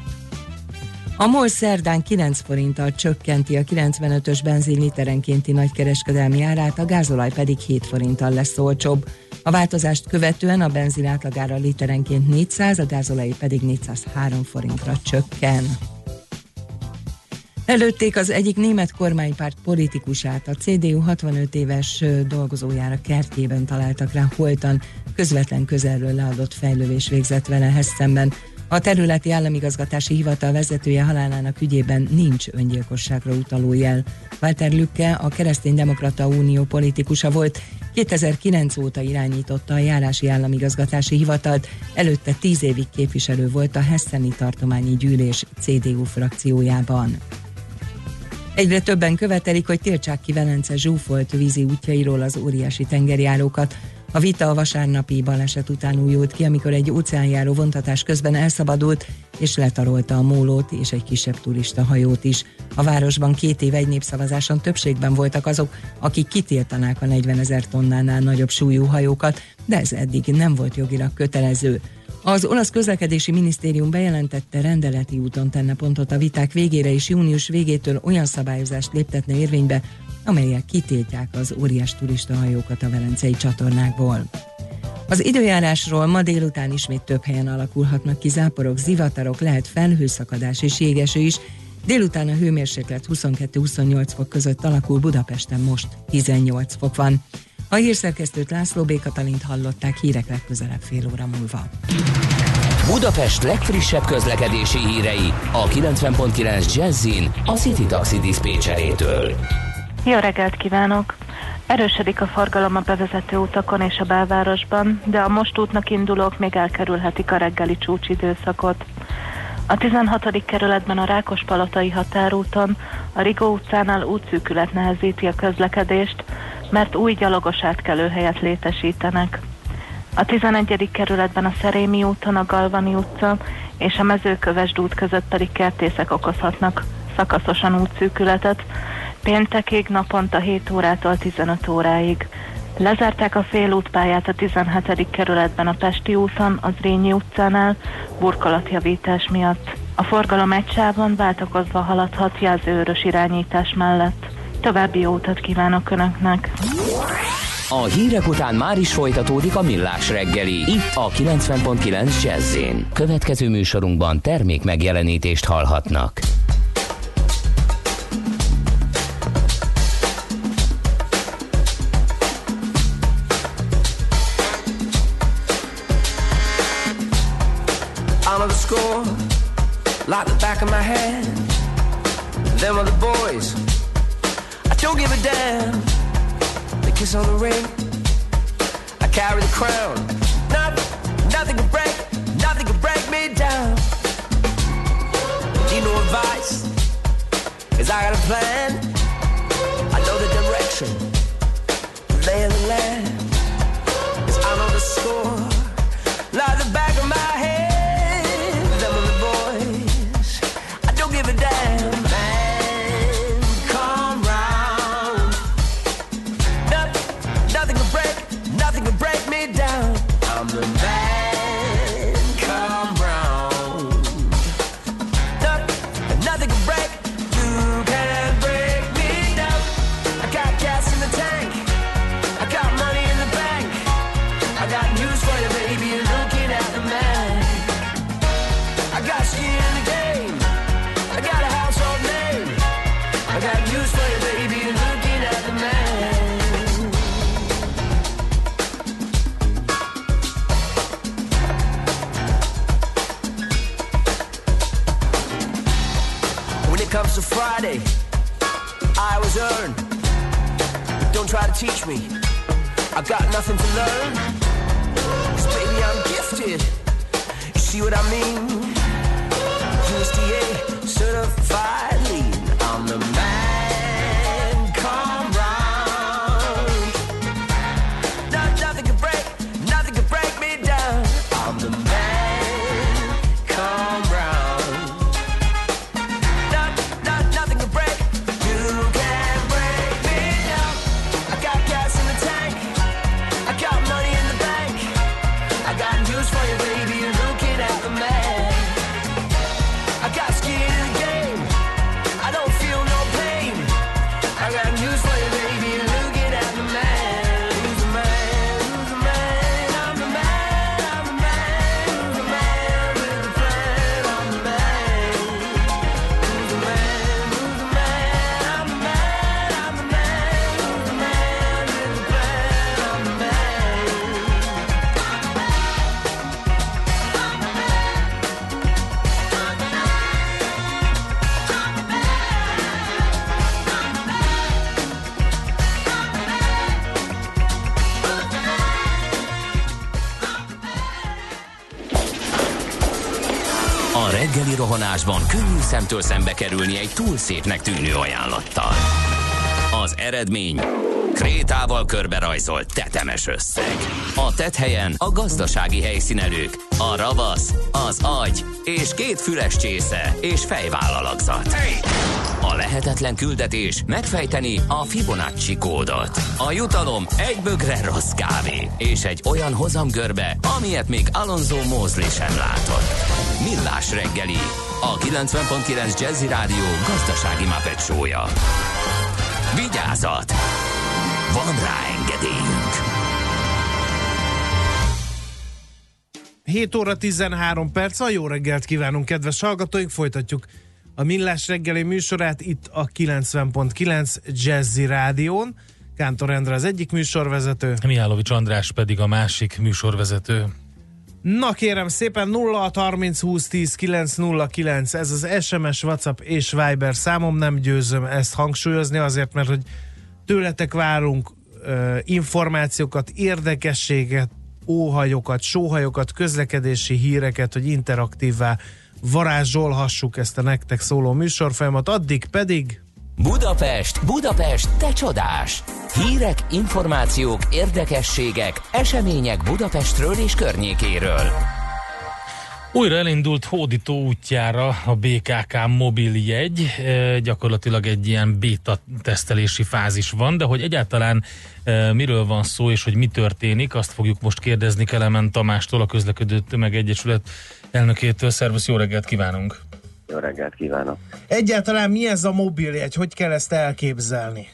A MOL szerdán kilenc forinttal csökkenti a kilencvenötös benzin literenkénti nagykereskedelmi árát, a gázolaj pedig hét forinttal lesz olcsóbb. A változást követően a benzin átlagára literenként négyszáz, a gázolaj pedig négyszázhárom forintra csökken. Előtték az egyik német kormánypárt politikusát, a cé dé u hatvanöt éves dolgozójára kertjében találtak rá holtan, közvetlen közelről leadott fejlővés végzett vele szemben. A területi államigazgatási hivatal vezetője halálának ügyében nincs öngyilkosságra utaló jel. Walter Lücke, a Kereszténydemokrata Unió politikusa volt, kétezer-kilenc óta irányította a járási államigazgatási hivatalt, előtte tíz évig képviselő volt a Hesseni Tartományi Gyűlés cé dé u frakciójában. Egyre többen követelik, hogy tiltsák ki Velence zsúfolt vízi útjairól az óriási tengerjárókat. A vita a vasárnapi baleset után újult ki, amikor egy óceánjáró vontatás közben elszabadult, és letarolta a mólót és egy kisebb turista hajót is. A városban két év egy népszavazáson többségben voltak azok, akik kitiltanák a negyvenezer tonnánál nagyobb súlyú hajókat, de ez eddig nem volt jogilag kötelező. Az olasz közlekedési minisztérium bejelentette, rendeleti úton tenne pontot a viták végére, és június végétől olyan szabályozást léptetne érvénybe, amelyek kitiltják az óriás turistahajókat a velencei csatornákból. Az időjárásról: ma délután ismét több helyen alakulhatnak ki záporok, zivatarok, lehet felhőszakadás és jégeső is. Délután a hőmérséklet huszonkettő-huszonnyolc fok között alakul, Budapesten most tizennyolc fok van. A hírszerkesztőt, László B. Katalint hallották, hírek legközelebb fél óra múlva. Budapest legfrissebb közlekedési hírei a kilencven pont kilenc Jazzin a City Taxi diszpécserétől. Jó reggelt kívánok! Erősödik a forgalom a bevezető utakon és a belvárosban, de a most útnak indulók még elkerülhetik a reggeli csúcsidőszakot. A tizenhatodik kerületben a Rákospalotai határúton a Rigó utcánál útszűkület nehezíti a közlekedést, mert új gyalogos átkelőhelyet létesítenek. A tizenegyedik kerületben a Szerémi úton a Galvani utca és a Mezőkövesd út között pedig kertészek okozhatnak szakaszosan útszűkületet, péntekig naponta hét órától tizenöt óráig. Lezárták a félútpályát a tizenhetedik kerületben a Pesti úton, az Zrínyi utcánál burkolatjavítás miatt. A forgalom egy sávon váltakozva haladhat jelzőörös irányítás mellett. További jó utat kívánok Önöknek! A hírek után már is folytatódik a Millás reggeli, itt a kilencven pont kilenc Jazz-én. Következő műsorunkban termék megjelenítést hallhatnak. I know the score like the back of my hand. Them are the boys, I don't give a damn. They kiss on the ring, I carry the crown. Nothing, nothing can break, nothing can break me down. Need no advice, cause I got a plan. I know the direction, the lay of the land. Cause I know the score like the back of my head. Them are the boys, I don't give a damn. Man, come round. Nothing, nothing can break, nothing can break me down. I'm the man, come round. Nothing, nothing can break, you can't break me down. I got gas in the tank, I got money in the bank. I got news for you, baby, you're looking at the man. I got skin in the game, I got a household name. I got news for you, baby, you're looking at the man. When it comes to Friday, I always earn. Don't try to teach me, I got nothing to learn. Cause baby, I'm gifted, you see what I mean? U S D A certified lean. I'm the man, come round. No, nothing can break, nothing can break me down. I'm the man, come round. No, no, nothing can break, you can't break me down. I got gas in the tank, I got money in the bank. I got news for you, baby, you're looking at the man. I got skin in the game, I A reggeli rohanásban könnyű szemtől szembe kerülni egy túl szépnek tűnő ajánlattal. Az eredmény krétával körberajzolt tetemes összeg. A tetthelyen a gazdasági helyszínelők, a ravasz, az agy és két füles csésze és fejvállalakzat. A lehetetlen küldetés megfejteni a Fibonacci kódot. A jutalom egy bögre rossz kávé és egy olyan hozamgörbe, amilyet még Alonso Mosley sem látott. Millás reggeli, a kilencven pont kilenc Jazzy Rádió gazdasági Muppet show-ja. Vigyázat! Van rá engedélyünk! hét óra tizenhárom perc, a jó reggelt kívánunk, kedves hallgatóink, folytatjuk a Millás reggeli műsorát itt a kilencven pont kilenc Jazzy Rádión. Kántor Endre az egyik műsorvezető. Mihálovics András pedig a másik műsorvezető. Na kérem szépen, nulla hat harminc húsz tíz kilenc nulla kilenc, ez az es em es, WhatsApp és Viber számom, nem győzöm ezt hangsúlyozni, azért mert hogy tőletek várunk uh, információkat, érdekességet, óhajokat, sóhajokat, közlekedési híreket, hogy interaktívvá varázsolhassuk ezt a nektek szóló műsorfolyamat, addig pedig Budapest, Budapest, te csodás! Hírek, információk, érdekességek, események Budapestről és környékéről. Újra elindult hódító útjára a bé ká ká mobiljegy, e, gyakorlatilag egy ilyen béta tesztelési fázis van, de hogy egyáltalán e, miről van szó és hogy mi történik, azt fogjuk most kérdezni Kelemen Tamástól, a Közlekedő Tömegegyesület elnökétől. Szervusz, jó reggelt kívánunk! Jó reggelt kívánok! Egyáltalán mi ez a mobiljegy? Hogy kell ezt elképzelni?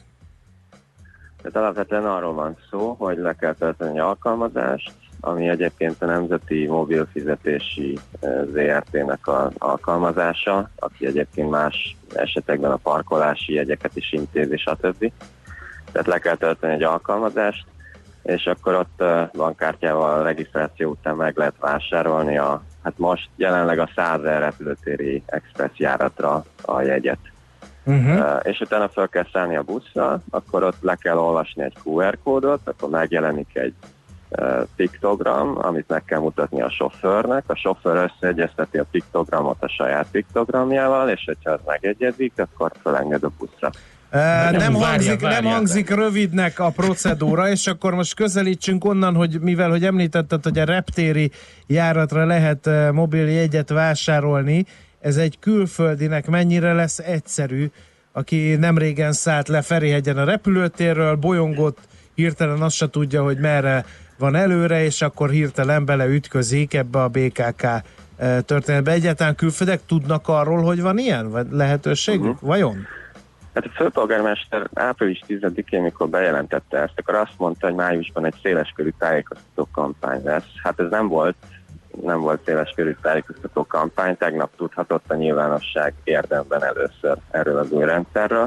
Tehát alapvetően arról van szó, hogy le kell tölteni egy alkalmazást, ami egyébként a Nemzeti Mobilfizetési zé er té-nek az alkalmazása, aki egyébként más esetekben a parkolási jegyeket is intézi, stb. Tehát le kell tölteni egy alkalmazást, és akkor ott bankkártyával a regisztráció után meg lehet vásárolni a, hát most jelenleg a százezer repülőtéri express járatra a jegyet. Uh-huh. Uh, és utána fel kell szállni a buszra, akkor ott le kell olvasni egy kú er kódot, akkor megjelenik egy uh, piktogram, amit meg kell mutatni a sofőrnek. A sofőr összeegyezteti a piktogramot a saját piktogramjával, és hogyha az megegyezik, akkor felenged a buszra. Uh, nem, nem, hangzik, várjál, nem hangzik rövidnek a procedúra, és akkor most közelítsünk onnan, hogy mivel hogy említetted, hogy a reptéri járatra lehet uh, mobiljegyet vásárolni, ez egy külföldinek mennyire lesz egyszerű, aki nem régen szállt le Ferihegyen a repülőtérről, bolyongott, hirtelen azt se tudja, hogy merre van előre, és akkor hirtelen beleütközik ebbe a bé ká ká történetbe. Egyáltalán külföldek tudnak arról, hogy van ilyen vagy lehetőségük? Uh-huh. Vajon? Hát a főpolgármester április tizedikén, mikor bejelentette ezt, akkor azt mondta, hogy májusban egy széleskörű tájékoztató kampány lesz. Hát ez nem volt, nem volt széleskörű tájékoztató kampány, tegnap tudhatott a nyilvánosság érdemben először erről az új rendszerről.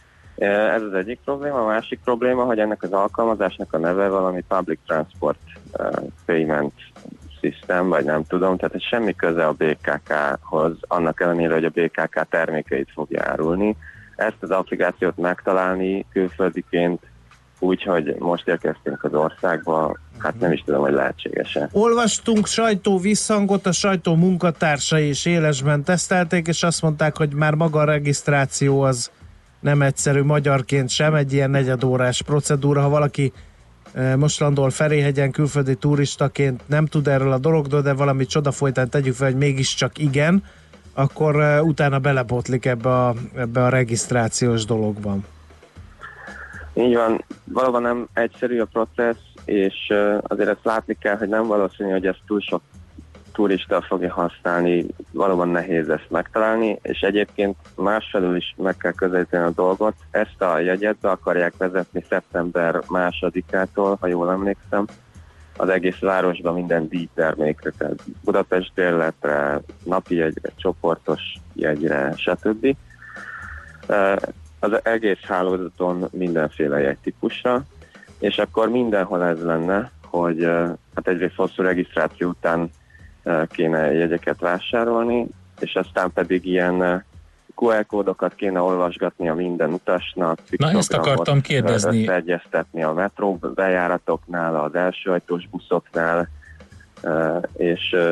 Ez az egyik probléma. A másik probléma, hogy ennek az alkalmazásnak a neve valami Public Transport Payment System, vagy nem tudom, tehát semmi köze a bé ká ká-hoz, annak ellenére, hogy a bé ká ká termékeit fogja árulni. Ezt az applikációt megtalálni külföldiként úgy, hogy most érkeztünk az országba, hát nem is tudom, hogy lehetséges-e. Olvastunk sajtó visszhangot, a sajtó munkatársai is élesben tesztelték, és azt mondták, hogy már maga a regisztráció az nem egyszerű magyarként sem, egy ilyen negyedórás procedúra. Ha valaki most landol Ferihegyen külföldi turistaként, nem tud erről a dologról, de valami csoda folytán tegyük fel, hogy mégiscsak igen, akkor uh, utána belebotlik ebbe a, ebbe a regisztrációs dologban. Így van, valóban nem egyszerű a processz, és uh, azért ezt látni kell, hogy nem valószínű, hogy ezt túl sok turista fogja használni, valóban nehéz ezt megtalálni, és egyébként másfelől is meg kell közelíteni a dolgot. Ezt a jegyet be akarják vezetni szeptember másodikától, ha jól emlékszem, az egész városban minden díjtermékre, tehát Budapest délletre, napi jegyre, csoportos jegyre, stb. Az egész hálózaton mindenféle jegytípusra, és akkor mindenhol ez lenne, hogy hát egyrészt hosszú regisztráció után kéne jegyeket vásárolni, és aztán pedig ilyen kú er kódokat kéne olvasgatni a minden utasnak. Na, ezt akartam kérdezni. Összeegyeztetni a metró bejáratoknál, az elsőajtós buszoknál, és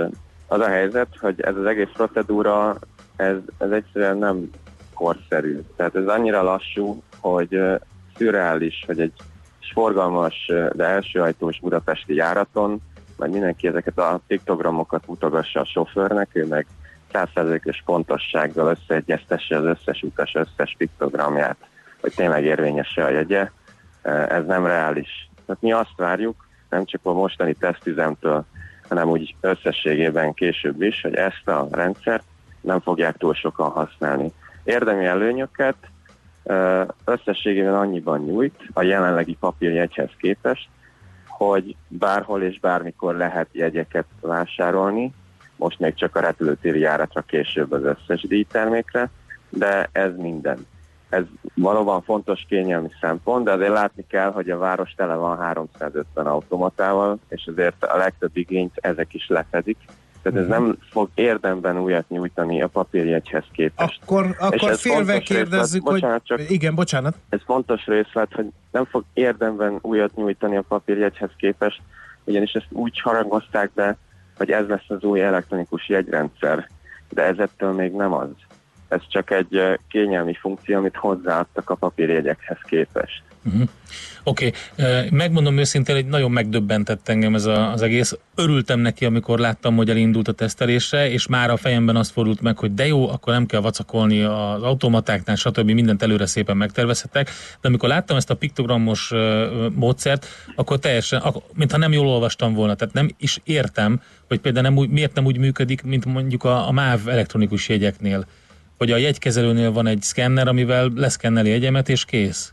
Az a helyzet, hogy ez az egész procedúra, ez, ez egyszerűen nem korszerű. Tehát ez annyira lassú, hogy uh, szürreális, hogy egy forgalmas, de elsőajtós budapesti járaton, majd mindenki ezeket a piktogramokat mutogassa a sofőrnek, ő meg száz százalékos pontossággal összeegyeztesse az összes utas összes piktogramját, hogy tényleg érvényes a jegye. Ez nem reális. Tehát mi azt várjuk, nem csak a mostani tesztüzemtől, hanem úgy összességében később is, hogy ezt a rendszert nem fogják túl sokan használni. Érdemi előnyöket összességében annyiban nyújt a jelenlegi papírjegyhez képest, hogy bárhol és bármikor lehet jegyeket vásárolni, most még csak a repülőtéri járatra, később az összes díjtermékre, de ez minden. Ez valóban fontos kényelmi szempont, de azért látni kell, hogy a város tele van háromszázötven automatával, és azért a legtöbb igényt ezek is lefedik. Tehát ez nem fog érdemben újat nyújtani a papírjegyhez képest. Akkor, akkor félve kérdezzük, hogy... Bocsánat, csak igen, bocsánat. Ez fontos részlet, hogy nem fog érdemben újat nyújtani a papírjegyhez képest, ugyanis ezt úgy harangozták be, hogy ez lesz az új elektronikus jegyrendszer, de ez ettől még nem az. Ez csak egy kényelmi funkció, amit hozzáadtak a papírjegyekhez képest. Uh-huh. Oké, okay. Megmondom őszintén, hogy nagyon megdöbbentett engem ez a, az egész. Örültem neki, amikor láttam, hogy elindult a tesztelésre, és már a fejemben azt fordult meg, hogy de jó, akkor nem kell vacakolni az automatáknál, stb. Mindent előre szépen megtervezhetek. De amikor láttam ezt a piktogramos módszert, akkor teljesen, mintha nem jól olvastam volna. Tehát nem is értem, hogy például nem úgy, miért nem úgy működik, mint mondjuk a, a MÁV elektronikus jegyeknél. Hogy a jegykezelőnél van egy szkenner, amivel leszkenneli jegyemet, és kész.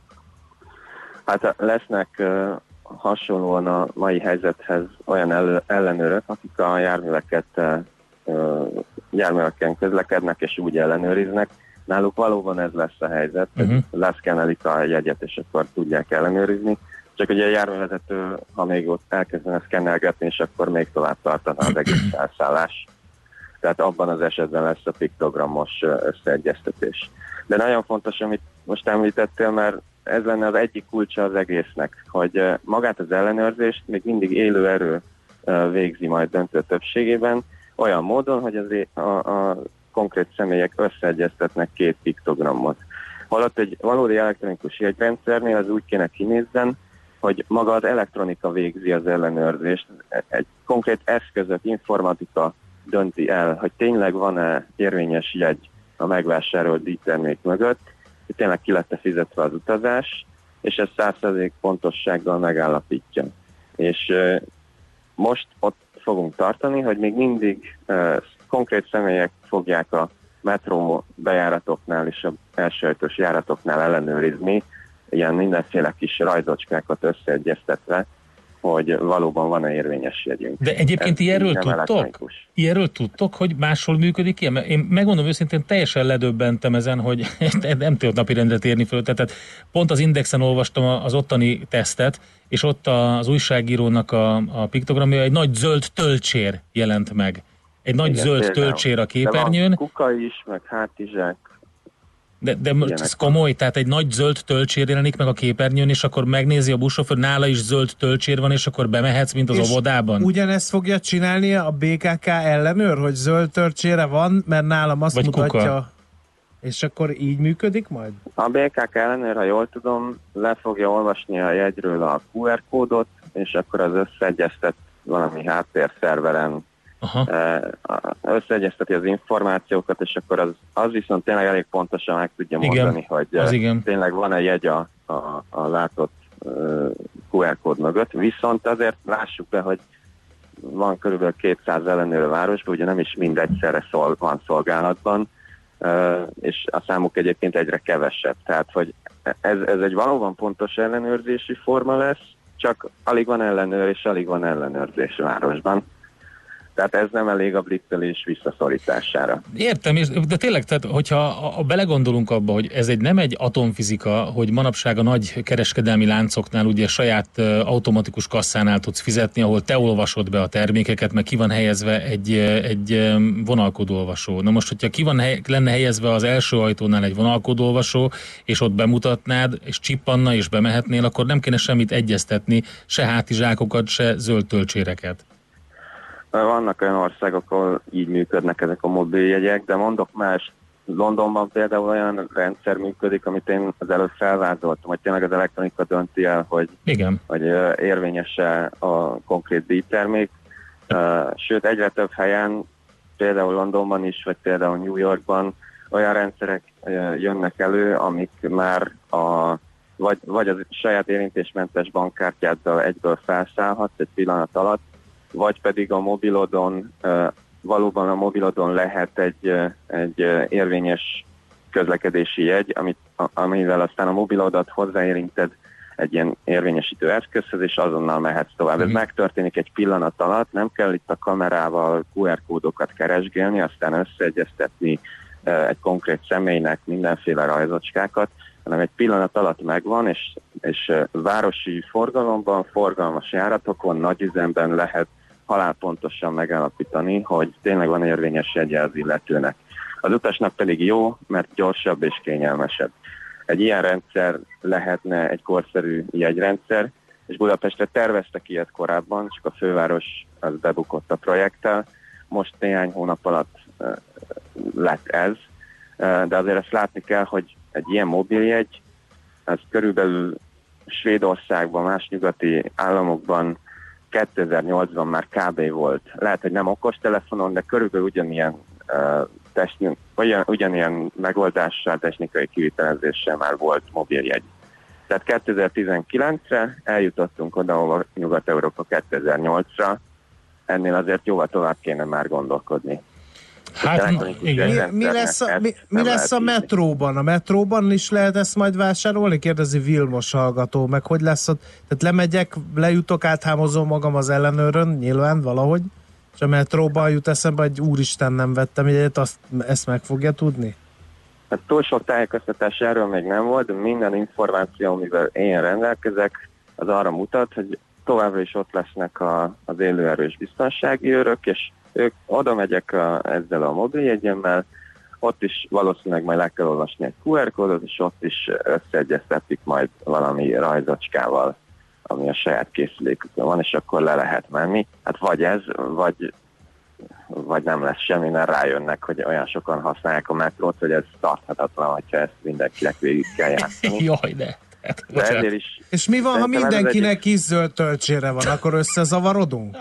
Hát lesznek uh, hasonlóan a mai helyzethez olyan el- ellenőrök, akik a járműveket uh, járműveken közlekednek és úgy ellenőriznek. Náluk valóban ez lesz a helyzet, uh-huh. hogy leszkennelik a jegyet és akkor tudják ellenőrizni. Csak ugye a járművezető, ha még ott elkezdene szkennelgetni, és akkor még tovább tartana az egész felszállás. Tehát abban az esetben lesz a piktogramos összeegyeztetés. De nagyon fontos, amit most említettél, mert ez lenne az egyik kulcsa az egésznek, hogy magát az ellenőrzést még mindig élő erő végzi majd döntő többségében, olyan módon, hogy az a, a konkrét személyek összeegyeztetnek két piktogramot. Holott egy valódi elektronikus jegyrendszernél az úgy kéne kinézzen, hogy maga az elektronika végzi az ellenőrzést, egy konkrét eszközök, informatika dönti el, hogy tényleg van-e érvényes jegy a megvásárolt díjtermék mögött, hogy tényleg ki lett fizetve az utazás, és ez száz százalék pontossággal megállapítja. És uh, most ott fogunk tartani, hogy még mindig uh, konkrét személyek fogják a metró bejáratoknál és az elsőajtós járatoknál ellenőrizni, ilyen mindenféle kis rajzocskákat összeegyeztetve, hogy valóban van-e érvényes jegyünk. De egyébként ilyenről tudtok? Ilyenről tudtok, hogy máshol működik ilyen? Én megmondom őszintén, teljesen ledöbbentem ezen, hogy nem tudok napirendre térni föl. Tehát pont az Indexen olvastam az ottani tesztet, és ott az újságírónak a, a piktogramja egy nagy zöld tölcsér jelent meg. Egy nagy igen, zöld tölcsér a képernyőn. De van kuka is, meg hátizsák. De, de most ez komoly, tehát egy nagy zöld tölcsér jelenik meg a képernyőn, és akkor megnézi a buszsofőr, nála is zöld tölcsér van, és akkor bemehetsz, mint az és óvodában. Ugyanezt fogja csinálni a bé ká ká ellenőr, hogy zöld tölcsére van, mert nálam azt vagy mutatja. Kuka. És akkor így működik majd? A bé ká ká ellenőr, ha jól tudom, le fogja olvasni a jegyről a kú er kódot, és akkor az összeegyeztet valami háttérszerveren összeegyezteti az információkat, és akkor az, az viszont tényleg elég pontosan meg tudja mondani, igen, hogy tényleg van-e jegy a, a, a látott uh, kú er kód mögött. Viszont azért lássuk be, hogy van körülbelül kétszáz ellenőr a városban, ugye nem is mindegyszerre szol, van szolgálatban, uh, és a számuk egyébként egyre kevesebb. Tehát, hogy ez, ez egy valóban pontos ellenőrzési forma lesz, csak alig van ellenőr, és alig van ellenőrzés a városban. Tehát ez nem elég a blitzelés visszaszorítására. Értem, de tényleg, tehát, hogyha a, a belegondolunk abba, hogy ez egy nem egy atomfizika, hogy manapság a nagy kereskedelmi láncoknál ugye saját uh, automatikus kasszánál tudsz fizetni, ahol te olvasod be a termékeket, meg ki van helyezve egy, egy vonalkódolvasó. Na most, hogyha ki van hely, lenne helyezve az első ajtónál egy vonalkódolvasó, és ott bemutatnád, és csippanna, és bemehetnél, akkor nem kéne semmit egyeztetni, se hátizsákokat, se zöld tölcséreket. Vannak olyan országok, ahol így működnek ezek a mobiljegyek, de mondok más, Londonban például olyan rendszer működik, amit én az előbb felvázoltam, hogy tényleg az elektronika dönti el, hogy, Igen. hogy érvényes-e a konkrét díjtermék. Sőt, egyre több helyen, például Londonban is, vagy például New Yorkban olyan rendszerek jönnek elő, amik már a, vagy, vagy a saját érintésmentes bankkártyáddal egyből felszállhatsz egy pillanat alatt, vagy pedig a mobilodon, valóban a mobilodon lehet egy, egy érvényes közlekedési jegy, amit, amivel aztán a mobilodat hozzáérinted egy ilyen érvényesítő eszközhöz, és azonnal mehetsz tovább. Ez megtörténik egy pillanat alatt, nem kell itt a kamerával kú er kódokat keresgélni, aztán összeegyeztetni egy konkrét személynek mindenféle rajzocskákat, hanem egy pillanat alatt megvan, és, és városi forgalomban, forgalmas járatokon, nagy üzemben lehet halálpontosan megállapítani, hogy tényleg van érvényes jegye az illetőnek. Az utasnak pedig jó, mert gyorsabb és kényelmesebb. Egy ilyen rendszer lehetne egy korszerű jegyrendszer, és Budapestre terveztek ilyet korábban, csak a főváros az bebukott a projekttel. Most néhány hónap alatt uh, lett ez, uh, de azért ezt látni kell, hogy egy ilyen mobiljegy, ez körülbelül Svédországban, más nyugati államokban kétezer-nyolcban már kb. Volt. Lehet, hogy nem okostelefonon, de körülbelül ugyanilyen, uh, techni- ugyan, ugyanilyen megoldással, technikai kivitelezéssel már volt mobiljegy. Tehát kétezer-tizenkilencre eljutottunk oda, ahol Nyugat-Európa kétezer-nyolcra, ennél azért jóval tovább kéne már gondolkodni. Hát, mi, mi lesz a, mi, mi lesz a metróban? A metróban is lehet ezt majd vásárolni? Kérdezi Vilmos hallgató, meg hogy lesz ott? Tehát lemegyek, lejutok, áthámozom magam az ellenőrön, nyilván valahogy, és a metróban jut eszembe, hogy úristen, nem vettem egyet, azt, ezt meg fogja tudni? Hát túl sok tájékoztatás erről még nem volt, de minden információ, amivel én rendelkezek, az arra mutat, hogy továbbra is ott lesznek a, az élőerős biztonsági őrök, és ők oda megyek a, ezzel a mobiljegyemmel, ott is valószínűleg majd le kell olvasni egy kú er kódot, és ott is összeegyeztetik majd valami rajzacskával, ami a saját készülékükön van, és akkor le lehet menni. Hát vagy ez, vagy, vagy nem lesz semmi, mert rájönnek, hogy olyan sokan használják a metrót, hogy ez tarthatatlan, hogyha ezt mindenkinek végig kell játszani. Jaj, de... Hát, de ezért is, és mi van, ha mindenkinek egy... kis-zöld töltsére van, akkor összezavarodunk?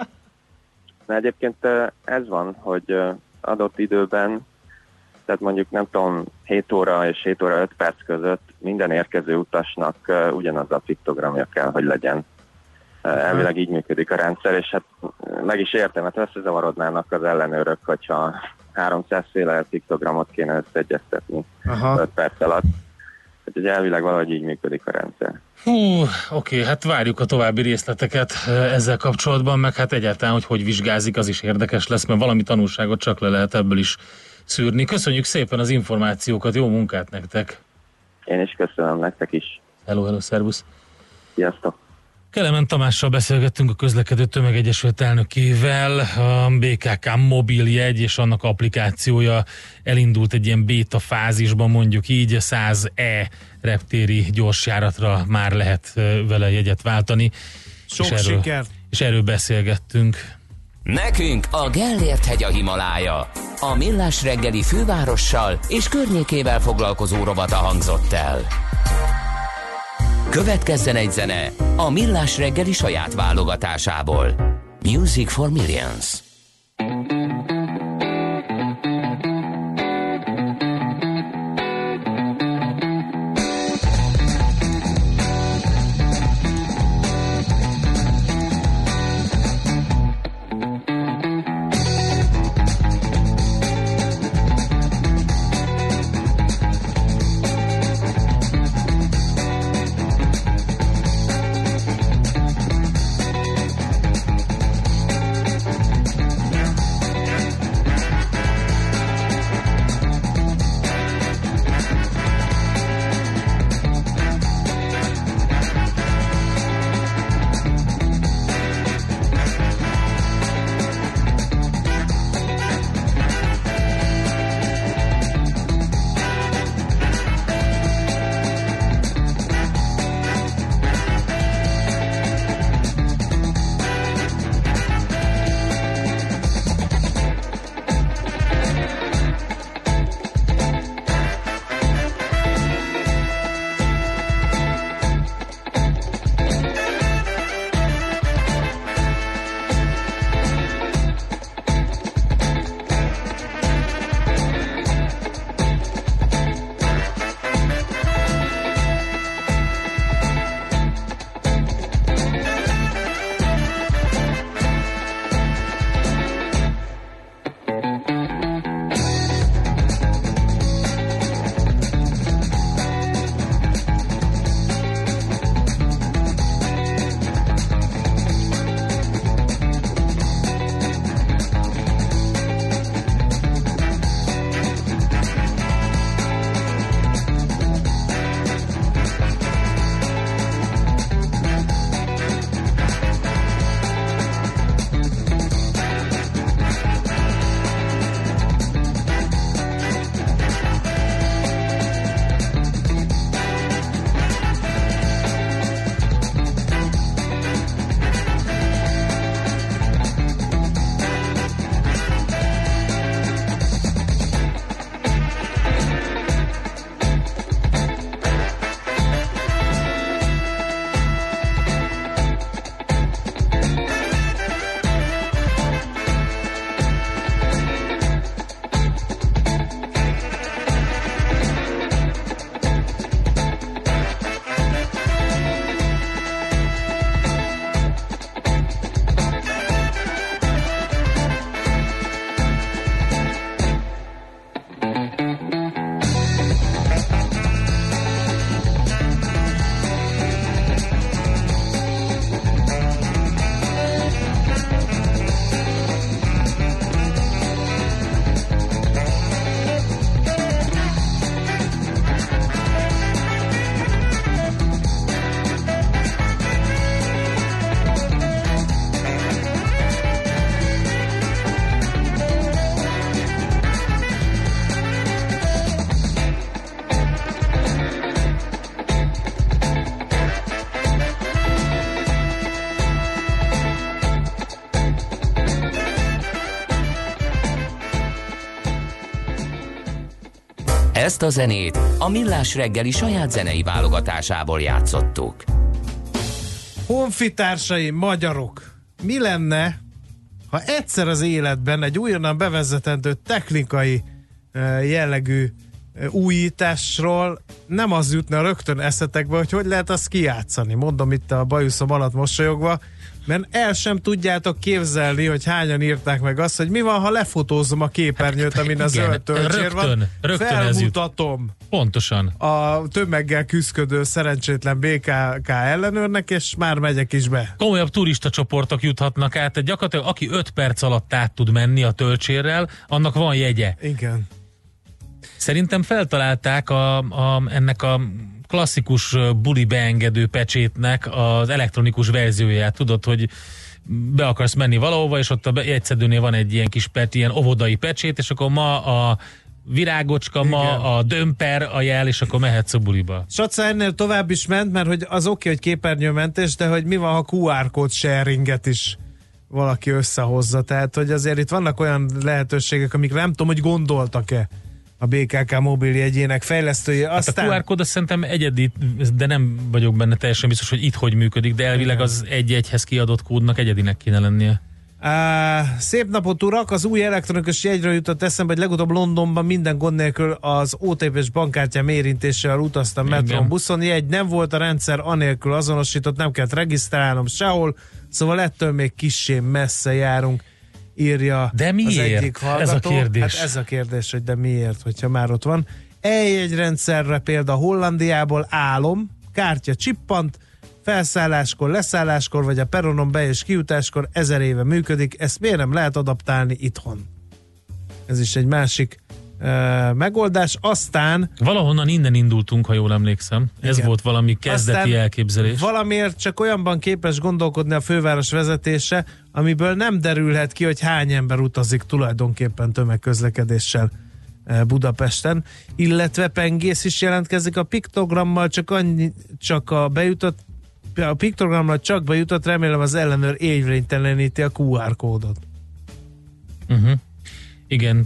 Na egyébként ez van, hogy adott időben, tehát mondjuk nem tudom, hét óra és hét óra öt perc között minden érkező utasnak ugyanaz a piktogramja kell, hogy legyen. Elvileg így működik a rendszer, és hát meg is értem, mert összezavarodnának az ellenőrök, hogyha háromszáz féle piktogramot kéne összeegyeztetni öt perc alatt. Úgyhogy elvileg valahogy így működik a rendszer. Hú, oké, hát várjuk a további részleteket ezzel kapcsolatban, meg hát egyáltalán, hogy hogy vizsgázik, az is érdekes lesz, mert valami tanulságot csak le lehet ebből is szűrni. Köszönjük szépen az információkat, jó munkát nektek! Én is köszönöm, nektek is. Hello, hello, szervusz! Sziasztok! Kelemen Tamással beszélgettünk, a Közlekedő Tömegegyesület elnökével. A bé ká ká mobiljegy és annak applikációja elindult egy ilyen béta fázisban, mondjuk így, száz E reptéri gyorsjáratra már lehet vele jegyet váltani. Sok és erről, sikert! És erről beszélgettünk. Nekünk a Gellért hegy a Himalája. A Millás reggeli fővárossal és környékével foglalkozó rovata hangzott el. Következzen egy zene a Millás reggeli saját válogatásából. Music for Millions. Ezt a zenét a Millás reggeli saját zenei válogatásából játszottuk. Honfitársaim, magyarok, mi lenne, ha egyszer az életben egy újonnan bevezetendő technikai uh, jellegű uh, újításról nem az jutna rögtön eszetekbe, hogy hogy lehet azt kijátszani. Mondom itt a bajuszom alatt mosolyogva, mert el sem tudjátok képzelni, hogy hányan írták meg azt, hogy mi van, ha lefotózom a képernyőt, amin a zöld töltsér van. Rögtön felmutatom. Pontosan. A tömeggel küzdködő szerencsétlen bé ká ká ellenőrnek, és már megyek is be. Komolyabb turista csoportok juthatnak át, tehát gyakorlatilag aki öt perc alatt át tud menni a töltsérrel, annak van jegye. Igen. Szerintem feltalálták a, a, ennek a klasszikus buli beengedő pecsétnek az elektronikus verzióját. Tudod, hogy be akarsz menni valahova, és ott a jegyszedőnél van egy ilyen kis pet, ilyen óvodai pecsét, és akkor ma a virágocska, igen, ma a dömper a jel, és akkor mehetsz a buliba. Saca ennél tovább is ment, mert hogy az oké, hogy képernyőmentés, de hogy mi van, ha kú ár kód sharinget is valaki összehozza. Tehát, hogy azért itt vannak olyan lehetőségek, amikre nem tudom, hogy gondoltak-e a bé ká ká mobiljegyének fejlesztői. Aztán... Hát a kú ár kód azt szerintem egyedi, de nem vagyok benne teljesen biztos, hogy itt hogy működik, de elvileg az egy-egyhez kiadott kódnak egyedinek kéne lennie. Á, szép napot, urak! Az új elektronikus jegyről jutott eszembe, hogy legutóbb Londonban minden gond nélkül az ó té pés bankkártyám érintésével utaztam metron, buszon. Jegy nem volt, a rendszer anélkül azonosított, nem kellett regisztrálnom sehol, szóval ettől még kissé messze járunk, írja de miért? Az egyik hallgató. Ez a kérdés. Hát ez a kérdés, hogy de miért, hogyha már ott van. E-jegyrendszerre példa Hollandiából álom, kártya csippant, felszálláskor, leszálláskor, vagy a peronon be- és kijutáskor ezer éve működik, ezt miért nem lehet adaptálni itthon? Ez is egy másik uh, megoldás. Aztán... Valahonnan innen indultunk, ha jól emlékszem. Ez igen, volt valami kezdeti aztán elképzelés. Valamiért csak olyanban képes gondolkodni a főváros vezetése, amiből nem derülhet ki, hogy hány ember utazik tulajdonképpen tömegközlekedéssel Budapesten, illetve Pengész is jelentkezik a piktogrammal, csak, annyi, csak a bejutott a piktogrammal csak bejutott, remélem az ellenőr érvényteleníti a kú ár kódot. Uh-huh. Igen.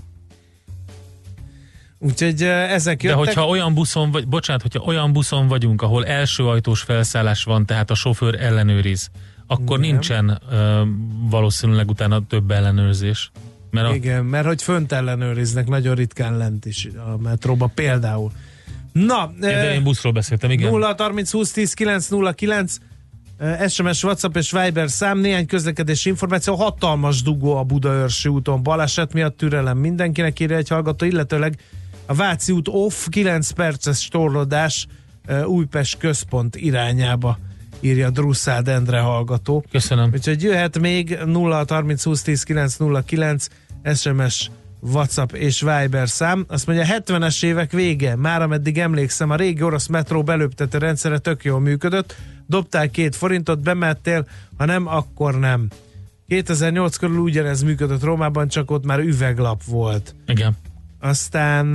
Úgyhogy ezek jöttek. De hogyha olyan buszon vagy, bocsánat, hogyha olyan buszon vagyunk, ahol első ajtós felszállás van, tehát a sofőr ellenőriz, akkor nem. nincsen uh, valószínűleg utána több ellenőrzés. Mert a... Igen, mert hogy fönt ellenőriznek nagyon ritkán lent is a metróba például. Na, de én buszról beszéltem, igen. nulla harminc húsz tíz kilenc nulla kilenc es em es, WhatsApp és Viber szám, néhány közlekedési információ, hatalmas dugó a Budaörsi úton, baleset miatt türelem mindenkinek, írja egy hallgató, illetőleg a Váci út off, kilenc perces torlódás Újpest központ irányába, írja Drusszád Endre hallgató. Köszönöm. Úgyhogy jöhet még nulla harminc húsz tíz kilenc nulla kilenc es em es, WhatsApp és Viber szám. Azt mondja, hetvenes évek vége, már ameddig emlékszem, a régi orosz metró belöptető rendszere tök jól működött, dobtál két forintot, bemettél, ha nem, akkor nem. kétezer-nyolc körül ugyanez működött Rómában, csak ott már üveglap volt. Igen. Aztán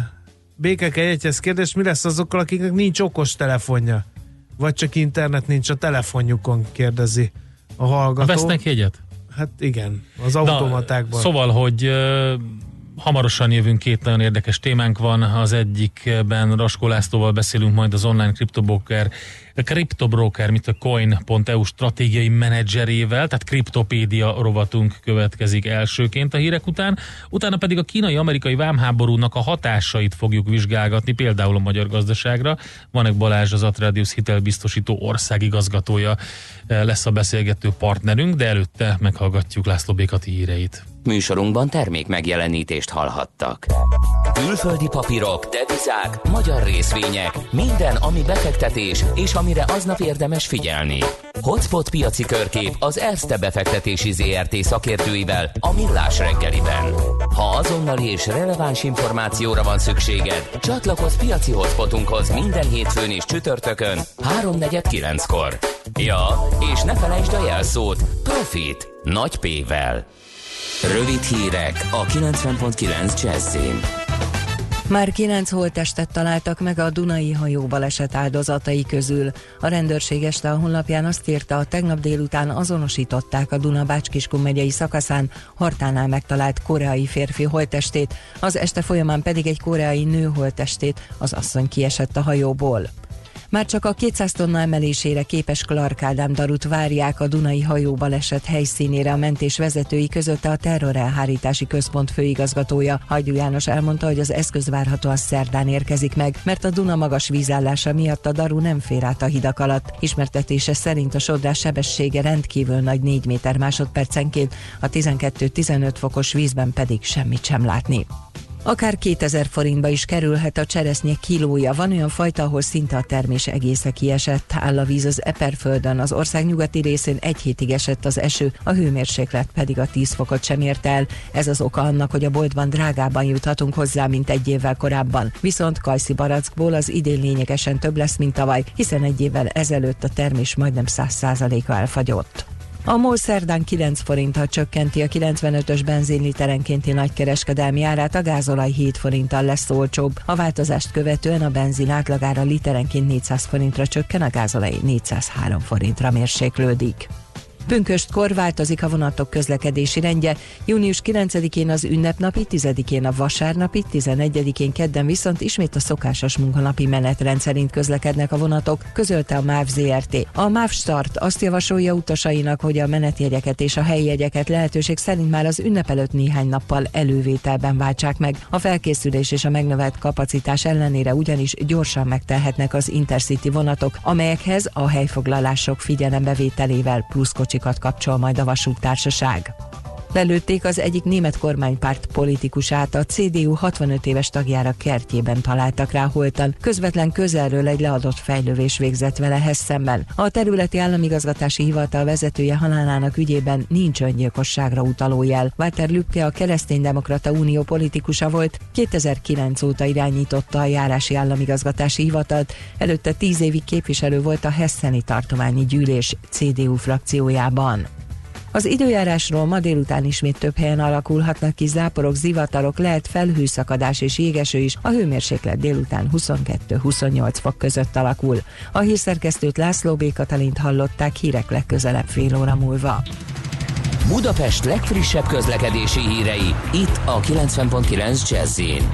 bé ká ká jegyhez kérdés, mi lesz azokkal, akiknek nincs okos telefonja? Vagy csak internet nincs a telefonjukon, kérdezi a hallgató. Vesznek jegyet? Hát igen, az automatákban. Szóval, hogy uh, hamarosan jövünk, két nagyon érdekes témánk van. Az egyikben Raskó Lászlóval beszélünk majd az online kriptobroker, kriptobroker, mint a coin pont e u stratégiai menedzserével, tehát kriptopédia rovatunk következik elsőként a hírek után. Utána pedig a kínai-amerikai vámháborúnak a hatásait fogjuk vizsgálgatni, például a magyar gazdaságra. Vanek Balázs, az Atradius hitelbiztosító országigazgatója lesz a beszélgető partnerünk, de előtte meghallgatjuk László Békati híreit. Műsorunkban termék megjelenítést hallhattak. Külföldi papírok, devizák, magyar részvények, minden, ami befektetés, és amire aznap érdemes figyelni. Hotspot piaci körkép az Erste befektetési zé er té szakértőivel a Millás reggeliben. Ha azonnali és releváns információra van szükséged, csatlakozz piaci hotspotunkhoz minden hétfőn és csütörtökön háromnegyed kilenckor. Ja, és ne felejtsd a jelszót Profit nagy P-vel. Rövid hírek a kilencven pont kilenc Jazzin. Már kilenc holttestet találtak meg a Dunai hajóbaleset áldozatai közül. A rendőrség este a honlapján azt írta, a tegnap délután azonosították a Duna-Bács-Kiskun megyei szakaszán Hartánál megtalált koreai férfi holttestét, az este folyamán pedig egy koreai nő holttestét, az asszony kiesett a hajóból. Már csak a kétszáz tonna emelésére képes Clark Ádám Darut várják a Dunai hajóbaleset helyszínére, a mentés vezetői között a Terrorelhárítási Központ főigazgatója. Hajdú János elmondta, hogy az eszköz várhatóan szerdán érkezik meg, mert a Duna magas vízállása miatt a Daru nem fér át a hidak alatt. Ismertetése szerint a sodrás sebessége rendkívül nagy, négy méter másodpercenként, a tizenkettő-tizenöt fokos vízben pedig semmit sem látni. Akár kétezer forintba is kerülhet a cseresznye kilója. Van olyan fajta, ahol szinte a termés egésze kiesett. Áll a víz az Eperföldön, az ország nyugati részén egy hétig esett az eső, a hőmérséklet pedig a tíz fokot sem ért el. Ez az oka annak, hogy a boltban drágában juthatunk hozzá, mint egy évvel korábban. Viszont kajszi barackból az idén lényegesen több lesz, mint tavaly, hiszen egy évvel ezelőtt a termés majdnem száz százaléka elfagyott. A MOL szerdán kilenc forinttal csökkenti a kilencvenötös benzinliterenkénti nagykereskedelmi árát, a gázolaj hét forinttal lesz olcsóbb. A változást követően a benzin átlagára literenként négyszáz forintra csökken, a gázolaj négyszázhárom forintra mérséklődik. Pünköstkor változik a vonatok közlekedési rendje. június kilencedikén az ünnepnapi, tízedikén a vasárnapi, tizenegyedikén kedden viszont ismét a szokásos munkanapi menetrend szerint közlekednek a vonatok, közölte a MÁV zé er té. A MÁV Start azt javasolja utasainak, hogy a menetjegyeket és a helyi jegyeket lehetőség szerint már az ünnep előtt néhány nappal elővételben váltsák meg. A felkészülés és a megnövelt kapacitás ellenére ugyanis gyorsan megtelhetnek az Intercity vonatok, amelyekhez a helyfoglalások figyelembevételével plusz kocsikat kapcsol majd a vasúttársaság. Lelőtték az egyik német kormánypárt politikusát, a cé dé u hatvanöt éves tagjára kertjében találtak rá holtan. Közvetlen közelről egy leadott fejlövés végzett vele Hessenben. A területi államigazgatási hivatal vezetője halálának ügyében nincs öngyilkosságra utaló jel. Walter Lübke, a Kereszténydemokrata Unió politikusa volt, kétezer-kilenc óta irányította a járási államigazgatási hivatalt, előtte tíz évig képviselő volt a Hesseni tartományi gyűlés cé dé u frakciójában. Az időjárásról: ma délután ismét több helyen alakulhatnak ki záporok, zivatarok, lehet felhőszakadás és jégeső is, a hőmérséklet délután huszonkettő-huszonnyolc fok között alakul. A hírszerkesztőt, László B. Katalint hallották, hírek legközelebb fél óra múlva. Budapest legfrissebb közlekedési hírei, itt a kilencven pont kilenc Jazz-in.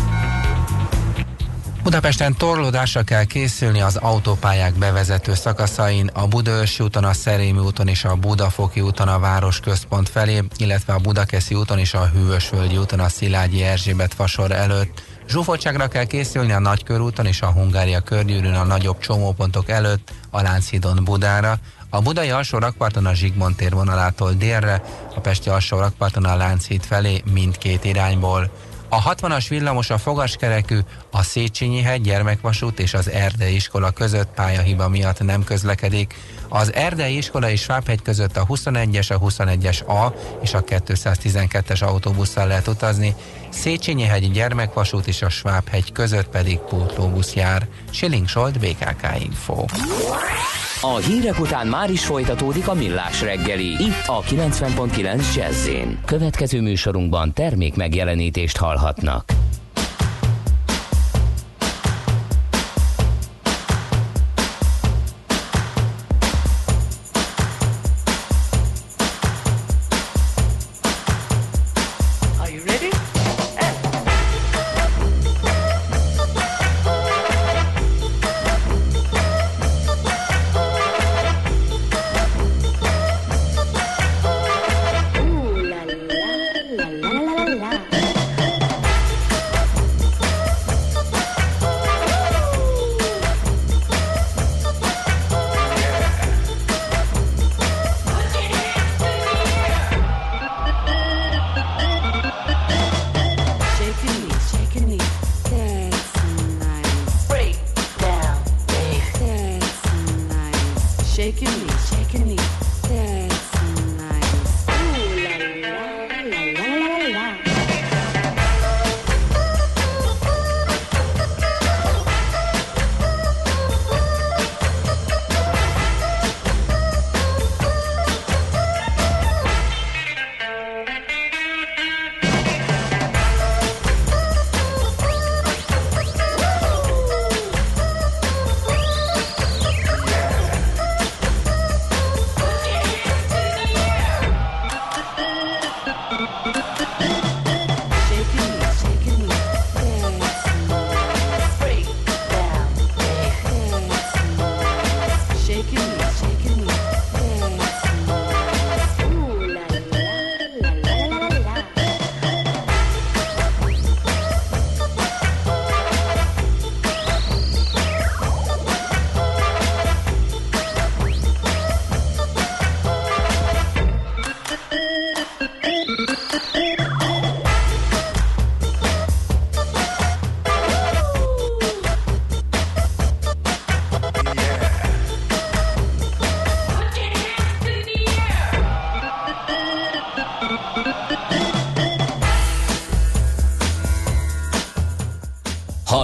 Budapesten torlódásra kell készülni az autópályák bevezető szakaszain, a Budaörsi úton, a Szerémi úton és a Budafoki úton a városközpont felé, illetve a Budakeszi úton és a Hűvösvölgyi úton a Szilágyi Erzsébet fasor előtt. Zsúfoltságra kell készülni a Nagykörúton és a Hungária körgyűrűn a nagyobb csomópontok előtt, a Lánchídon Budára, a budai alsó rakparton a Zsigmond tér vonalától délre, a pesti alsó rakparton a Lánchíd felé mindkét irányból. A hatvanas villamos a fogaskerekű, a Széchenyi-hegy gyermekvasút és az Erdei iskola között pályahiba miatt nem közlekedik. Az Erdei iskola és Svábhegy között a huszonegyes, a huszonegyes A és a kétszáztizenkettes autóbusszal lehet utazni, Széchenyi-hegy gyermekvasút és a Svábhegy között pedig pótlóbusz jár. Schilling Zsolt, bé ká ká Info. A hírek után már is folytatódik a Millás reggeli, itt a kilencven pont kilenc Jazz-in. Következő műsorunkban termék megjelenítést hallhatnak.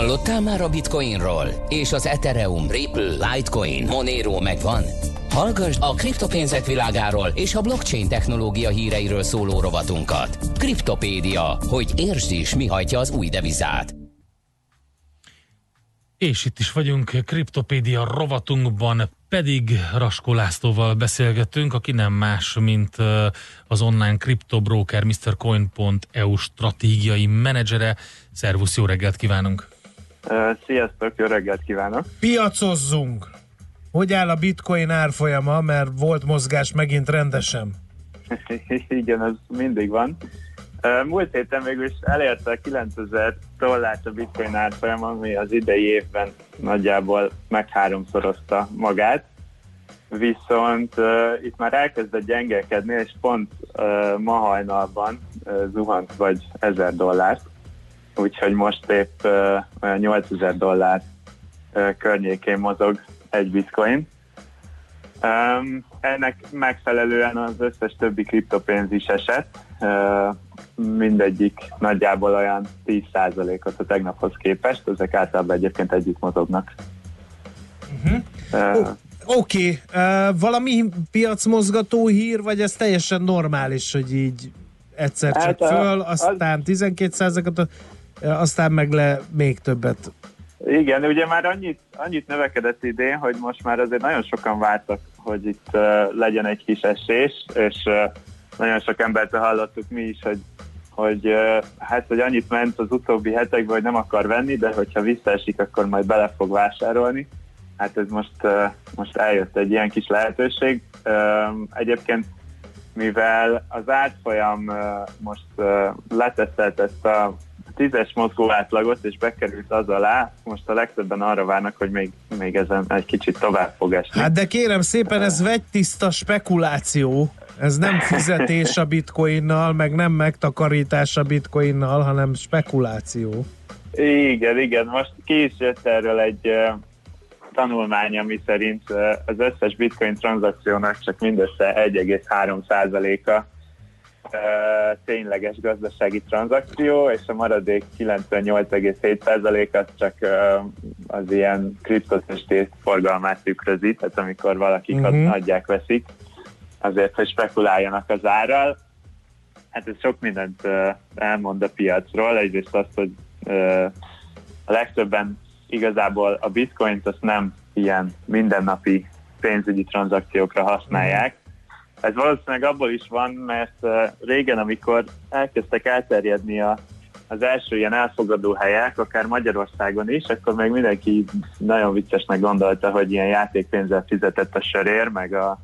Hallottál már a Bitcoinról? És az Ethereum, Ripple, Litecoin, Monero megvan? Hallgassd a kriptopénzek világáról és a blockchain technológia híreiről szóló rovatunkat. Kriptopédia, hogy értsd is, mi hajtja az új devizát. És itt is vagyunk, Kriptopédia rovatunkban pedig Raskó Lászlóval beszélgetünk, aki nem más, mint az online kriptobroker miszter coin pont e u stratégiai menedzsere. Szervusz, jó reggelt kívánunk! Sziasztok, jó reggelt kívánok! Piacozzunk! Hogy áll a bitcoin árfolyama, mert volt mozgás megint rendesen? Igen, ez mindig van. Múlt héten végül elérte a kilencezer dollárt a bitcoin árfolyam, ami az idei évben nagyjából megháromszorozta magát. Viszont uh, itt már elkezdett gyengelkedni, és pont uh, ma hajnalban uh, zuhant vagy ezer dollárt. Úgyhogy most épp uh, nyolcezer dollár uh, környékén mozog egy bitcoin. Um, ennek megfelelően az összes többi kriptopénz is esett. Uh, mindegyik nagyjából olyan tíz százalékot a tegnaphoz képest, ezek általában egyébként együtt mozognak. Uh-huh. Uh, Oké, okay. uh, valami piacmozgató hír, vagy ez teljesen normális, hogy így egyszer csak hát, föl, aztán az... tizenkét százalékot, aztán meg le még többet. Igen, ugye már annyit, annyit növekedett idén, hogy most már azért nagyon sokan vártak, hogy itt uh, legyen egy kis esés, és uh, nagyon sok embertől hallottuk mi is, hogy, hogy uh, hát, hogy annyit ment az utóbbi hetekben, hogy nem akar venni, de hogyha visszaesik, akkor majd bele fog vásárolni. Hát ez most, uh, most eljött egy ilyen kis lehetőség. Uh, egyébként, mivel az árfolyam uh, most uh, letesztelt ezt a tízes mozgó átlagot, és bekerült az alá, most a legtöbben arra várnak, hogy még, még ezen egy kicsit tovább fog esni. Hát de kérem szépen, ez vegytiszta spekuláció. Ez nem fizetés a bitcoinnal, meg nem megtakarítás a bitcoinnal, hanem spekuláció. Igen, igen. Most ki is jött erről egy uh, tanulmány, ami szerint uh, az összes bitcoin tranzakciónak csak mindössze egy egész három százaléka uh, tényleges gazdasági tranzakció, és a maradék kilencvennyolc egész hét százalék az csak uh, az ilyen kriptotőzsdés forgalmát tükrözi, tehát amikor valakik uh-huh. adják, veszik, azért, hogy spekuláljanak az árral. Hát ez sok mindent uh, elmond a piacról. Egyrészt azt, hogy uh, a legtöbben igazából a bitcoint azt nem ilyen mindennapi pénzügyi tranzakciókra használják. Ez valószínűleg abból is van, mert uh, régen, amikor elkezdtek elterjedni a, az első ilyen elfogadó helyek, akár Magyarországon is, akkor még mindenki nagyon viccesnek gondolta, hogy ilyen játékpénzzel fizetett a sörér, meg a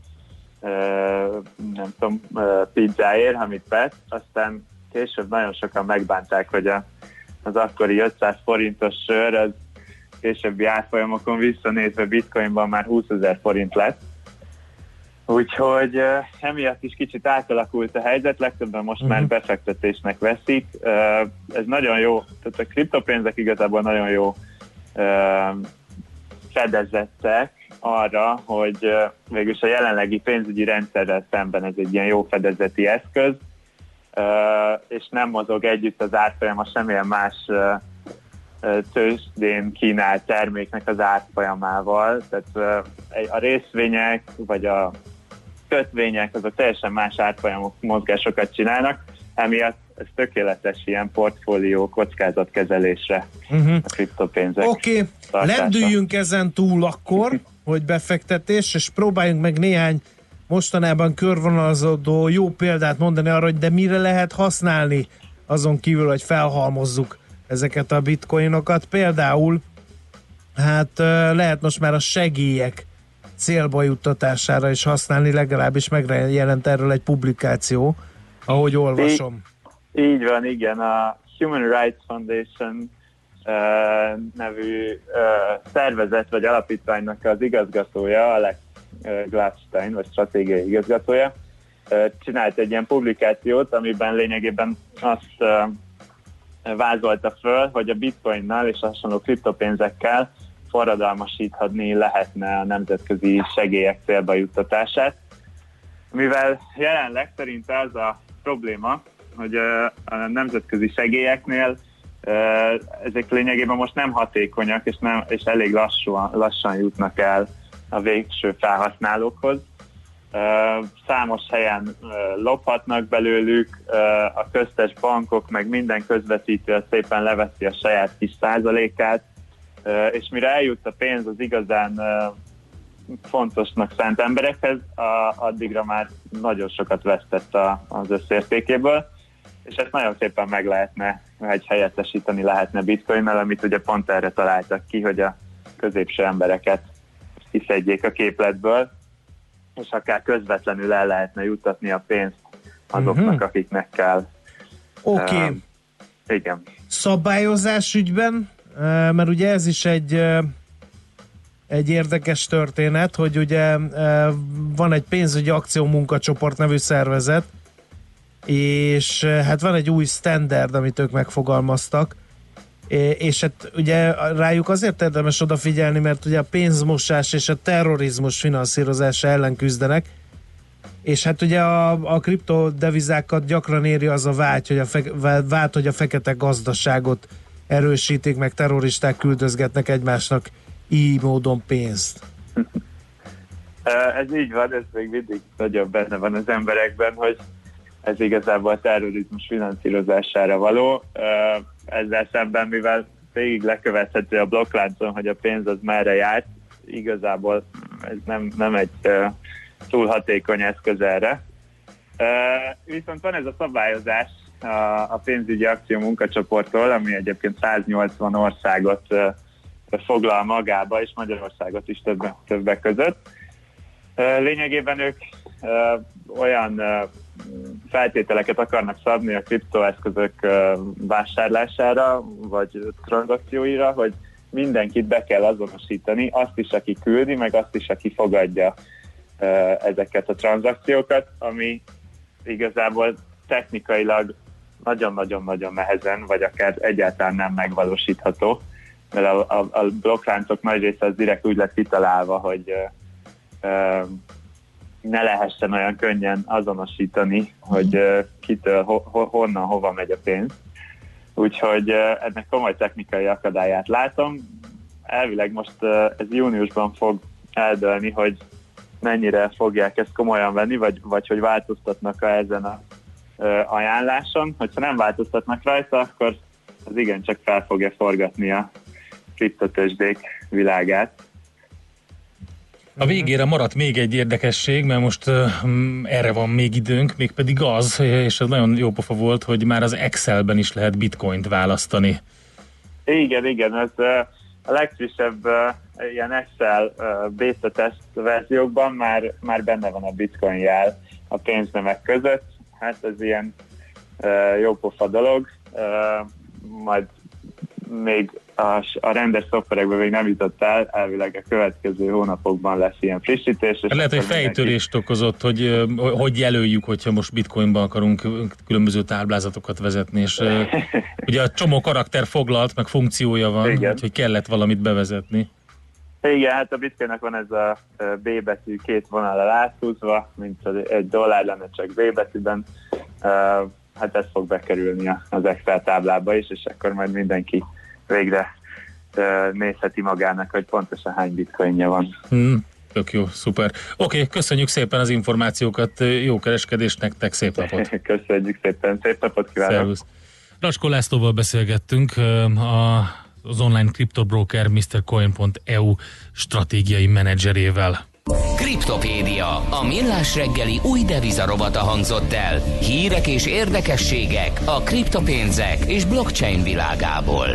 Uh, nem tudom, uh, pizzáért, amit vett, aztán később nagyon sokan megbánták, hogy a, az akkori ötszáz forintos sör az későbbi árfolyamokon visszanézve bitcoinban már húszezer forint lett. Úgyhogy uh, emiatt is kicsit átalakult a helyzet, legtöbben most uh-huh. már befektetésnek veszik. Uh, ez nagyon jó, tehát a kriptopénzek igazából nagyon jó uh, fedezettek arra, hogy uh, végülis a jelenlegi pénzügyi rendszerrel szemben ez egy ilyen jó fedezeti eszköz, uh, és nem mozog együtt az árfolyama semmilyen más uh, tőzsdén kínált terméknek az árfolyamával. Tehát uh, a részvények vagy a kötvények azok teljesen más árfolyamok mozgásokat csinálnak, emiatt ez tökéletes ilyen portfólió kockázatkezelésre uh-huh. a kriptopénzek. Oké, okay. Lendüljünk ezen túl akkor, hogy befektetés, és próbáljunk meg néhány mostanában körvonalazódó jó példát mondani arra, hogy de mire lehet használni azon kívül, hogy felhalmozzuk ezeket a bitcoinokat. Például hát lehet most már a segélyek célba juttatására is használni, legalábbis megjelent erről egy publikáció, ahogy olvasom. Így, így van, igen. A Human Rights Foundation uh, nevű uh, szervezet vagy alapítványnak az igazgatója, Alex uh, Gladstein, vagy stratégiai igazgatója, uh, csinált egy ilyen publikációt, amiben lényegében azt uh, vázolta föl, hogy a bitcoinnal és hasonló kriptopénzekkel forradalmasíthatni lehetne a nemzetközi segélyek célba juttatását. Mivel jelenleg szerinte az a probléma, hogy a nemzetközi segélyeknél Ezek lényegében most nem hatékonyak, és, nem, és elég lassan, lassan jutnak el a végső felhasználókhoz. Számos helyen lophatnak belőlük, a köztes bankok, meg minden közvetítő szépen leveszi a saját kis százalékát, és mire eljut a pénz az igazán fontosnak szánt emberekhez, addigra már nagyon sokat vesztett az összértékéből, és ezt nagyon szépen meg lehetne, egy helyettesíteni lehetne bitcoinnal, amit ugye pont erre találtak ki, hogy a középső embereket kiszedjék a képletből, és akár közvetlenül el lehetne juttatni a pénzt azoknak, uh-huh. akiknek kell. Oké. Okay. Uh, igen. Szabályozás ügyben, mert ugye ez is egy, egy érdekes történet, hogy ugye van egy pénzügyi akciómunkacsoport nevű szervezet, és hát van egy új standard, amit ők megfogalmaztak, és hát ugye rájuk azért érdemes odafigyelni, mert ugye a pénzmosás és a terrorizmus finanszírozása ellen küzdenek, és hát ugye a, a kriptodevizákat gyakran éri az a vágy, hogy a, fe, vágy, hogy a fekete gazdaságot erősítik, meg terroristák küldözgetnek egymásnak így módon pénzt. Ez így van, ez még mindig nagyon benne van az emberekben, hogy ez igazából a terrorizmus finanszírozására való. Ezzel szemben, mivel végig lekövethető a blokkláncon, hogy a pénz az merre járt, igazából ez nem, nem egy túl hatékony eszköz erre. Viszont van ez a szabályozás a pénzügyi akció munkacsoporttól, ami egyébként száznyolcvan országot foglal magába, és Magyarországot is többek, többek között. Lényegében ők olyan feltételeket akarnak szabni a kriptoeszközök vásárlására, vagy tranzakcióira, hogy mindenkit be kell azonosítani, azt is, aki küldi, meg azt is, aki fogadja ezeket a tranzakciókat, ami igazából technikailag nagyon-nagyon-nagyon nehezen, vagy akár egyáltalán nem megvalósítható, mert a, a, a blokkláncok nagy része az direkt úgy lett kitalálva, hogy ne lehessen olyan könnyen azonosítani, hogy uh, kitől, ho, ho, honnan, hova megy a pénz. Úgyhogy uh, ennek komoly technikai akadályát látom. Elvileg most uh, ez júniusban fog eldőlni, hogy mennyire fogják ezt komolyan venni, vagy, vagy hogy változtatnak-e ezen a uh, ajánláson. Hogyha nem változtatnak rajta, akkor az igencsak fel fogja forgatni a kriptotőzsdék világát. A végére maradt még egy érdekesség, mert most uh, erre van még időnk, mégpedig az, és ez nagyon jó pofa volt, hogy már az Excelben is lehet bitcoint választani. Igen, igen, ez uh, a legfrissebb uh, ilyen Excel uh, beta test verziókban már, már benne van a bitcoin jel a pénznemek között. Hát ez ilyen uh, jó pofa dolog, uh, majd még a, a rendes szoftverekben még nem jutott el, elvileg a következő hónapokban lesz ilyen frissítés. És lehet, hogy fejtörést mindenki... okozott, hogy hogy jelöljük, hogyha most bitcoinba akarunk különböző táblázatokat vezetni, és ugye a csomó karakter foglalt, meg funkciója van, úgyhogy kellett valamit bevezetni. Igen, hát a bitcoinnak van ez a B betű két vonallal áthúzva, mint egy dollár lenne csak B betűben. Hát ez fog bekerülni az Excel táblába is, és akkor majd mindenki végre uh, nézheti magának, hogy pontosan hány bitcoinja van. Hmm, tök jó, szuper. Oké, okay, köszönjük szépen az információkat, jó kereskedést nektek, szép napot! Köszönjük szépen, szép napot kívánok! Szervusz! Racskó Lászlóval beszélgettünk, a, az online kriptobroker miszter coin pont e u stratégiai menedzserével. Kriptopédia, a millás reggeli új devizarobata hangzott el. Hírek és érdekességek a kriptopénzek és blockchain világából.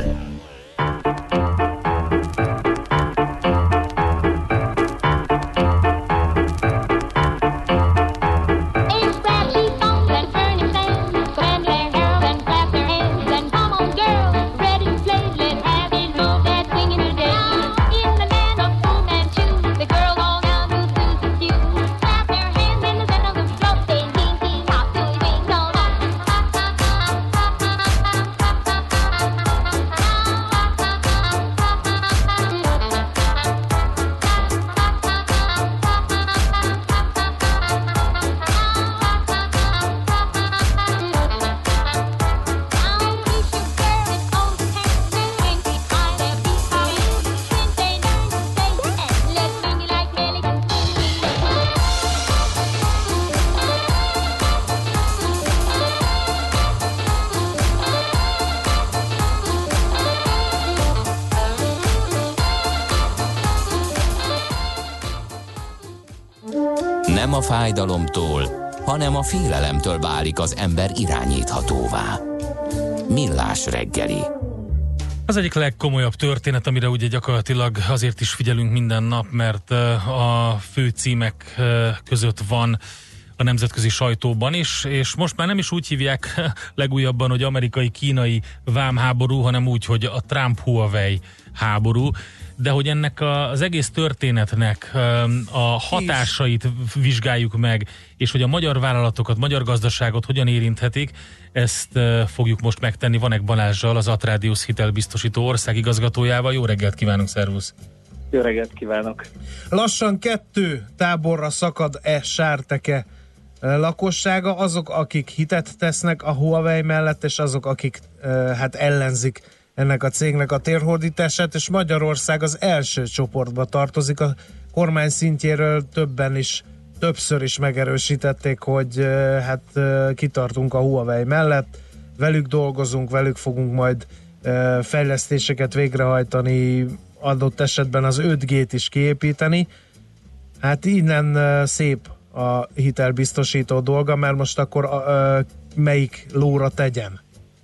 a fájdalomtól, hanem a félelemtől válik az ember irányíthatóvá. Millás reggeli. Az egyik legkomolyabb történet, amire ugye gyakorlatilag azért is figyelünk minden nap, mert a főcímek között van a nemzetközi sajtóban is, és most már nem is úgy hívják legújabban, hogy amerikai-kínai vámháború, hanem úgy, hogy a Trump-Huawei háború, de hogy ennek az egész történetnek a hatásait vizsgáljuk meg, és hogy a magyar vállalatokat, magyar gazdaságot hogyan érinthetik, ezt fogjuk most megtenni Vanek Balázssal, az Atradius hitelbiztosító országigazgatójával. Jó reggelt kívánunk, szervusz! Jó reggelt kívánok! Lassan kettő táborra szakad-e Sárteke lakossága, azok, akik hitet tesznek a Huawei mellett, és azok, akik hát ellenzik ennek a cégnek a térhódítását, és Magyarország az első csoportba tartozik. A kormány szintjéről többen is, többször is megerősítették, hogy hát kitartunk a Huawei mellett, velük dolgozunk, velük fogunk majd fejlesztéseket végrehajtani, adott esetben az öt G-t is kiépíteni. Hát innen szép a hitelbiztosító dolga, mert most akkor melyik lóra tegyen?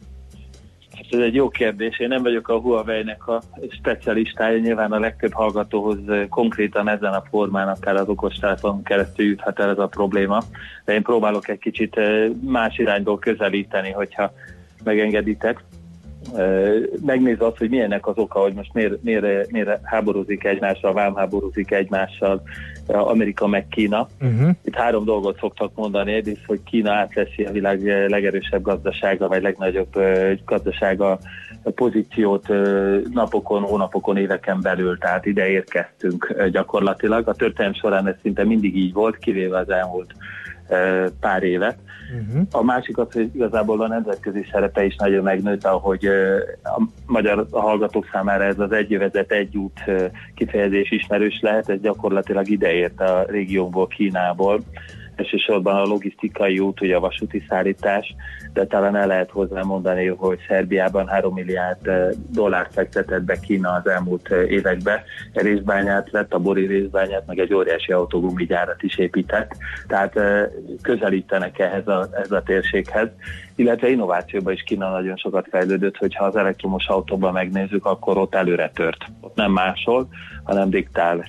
Ez egy jó kérdés. Én nem vagyok a Huawei-nek a specialistája, nyilván a legtöbb hallgatóhoz konkrétan ezen a formán, akár az okostelefonon keresztül juthat el ez a probléma, de én próbálok egy kicsit más irányból közelíteni, hogyha megengeditek. Megnézve azt, hogy milyennek az oka, hogy most miért, miért, miért háborúzik egymással, vámháborúzik egymással Amerika meg Kína. Uh-huh. Itt három dolgot szoktak mondani. Egyrészt, hogy Kína átveszi a világ legerősebb gazdasága, vagy legnagyobb gazdasága pozíciót napokon, hónapokon, éveken belül, tehát ide érkeztünk gyakorlatilag. A történelem során ez szinte mindig így volt, kivéve az elmúlt pár évet. Uh-huh. A másik az, hogy igazából a nemzetközi szerepe is nagyon megnőtt, ahogy a magyar hallgatók számára ez az egyövezet, egy út kifejezés ismerős lehet, ez gyakorlatilag ideért a régióból, Kínából, elsősorban a logisztikai út, ugye a vasúti szállítás, de talán el lehet hozzá mondani, hogy Szerbiában három milliárd dollárt fektetett be Kína az elmúlt években. Részbányát lett, a bori részbányát, meg egy óriási autógumigyárat is épített, tehát közelítenek ehhez a, ehhez a térséghez, illetve innovációban is Kína nagyon sokat fejlődött, hogyha az elektromos autóban megnézzük, akkor ott előre tört. Ott nem máshol, hanem diktál.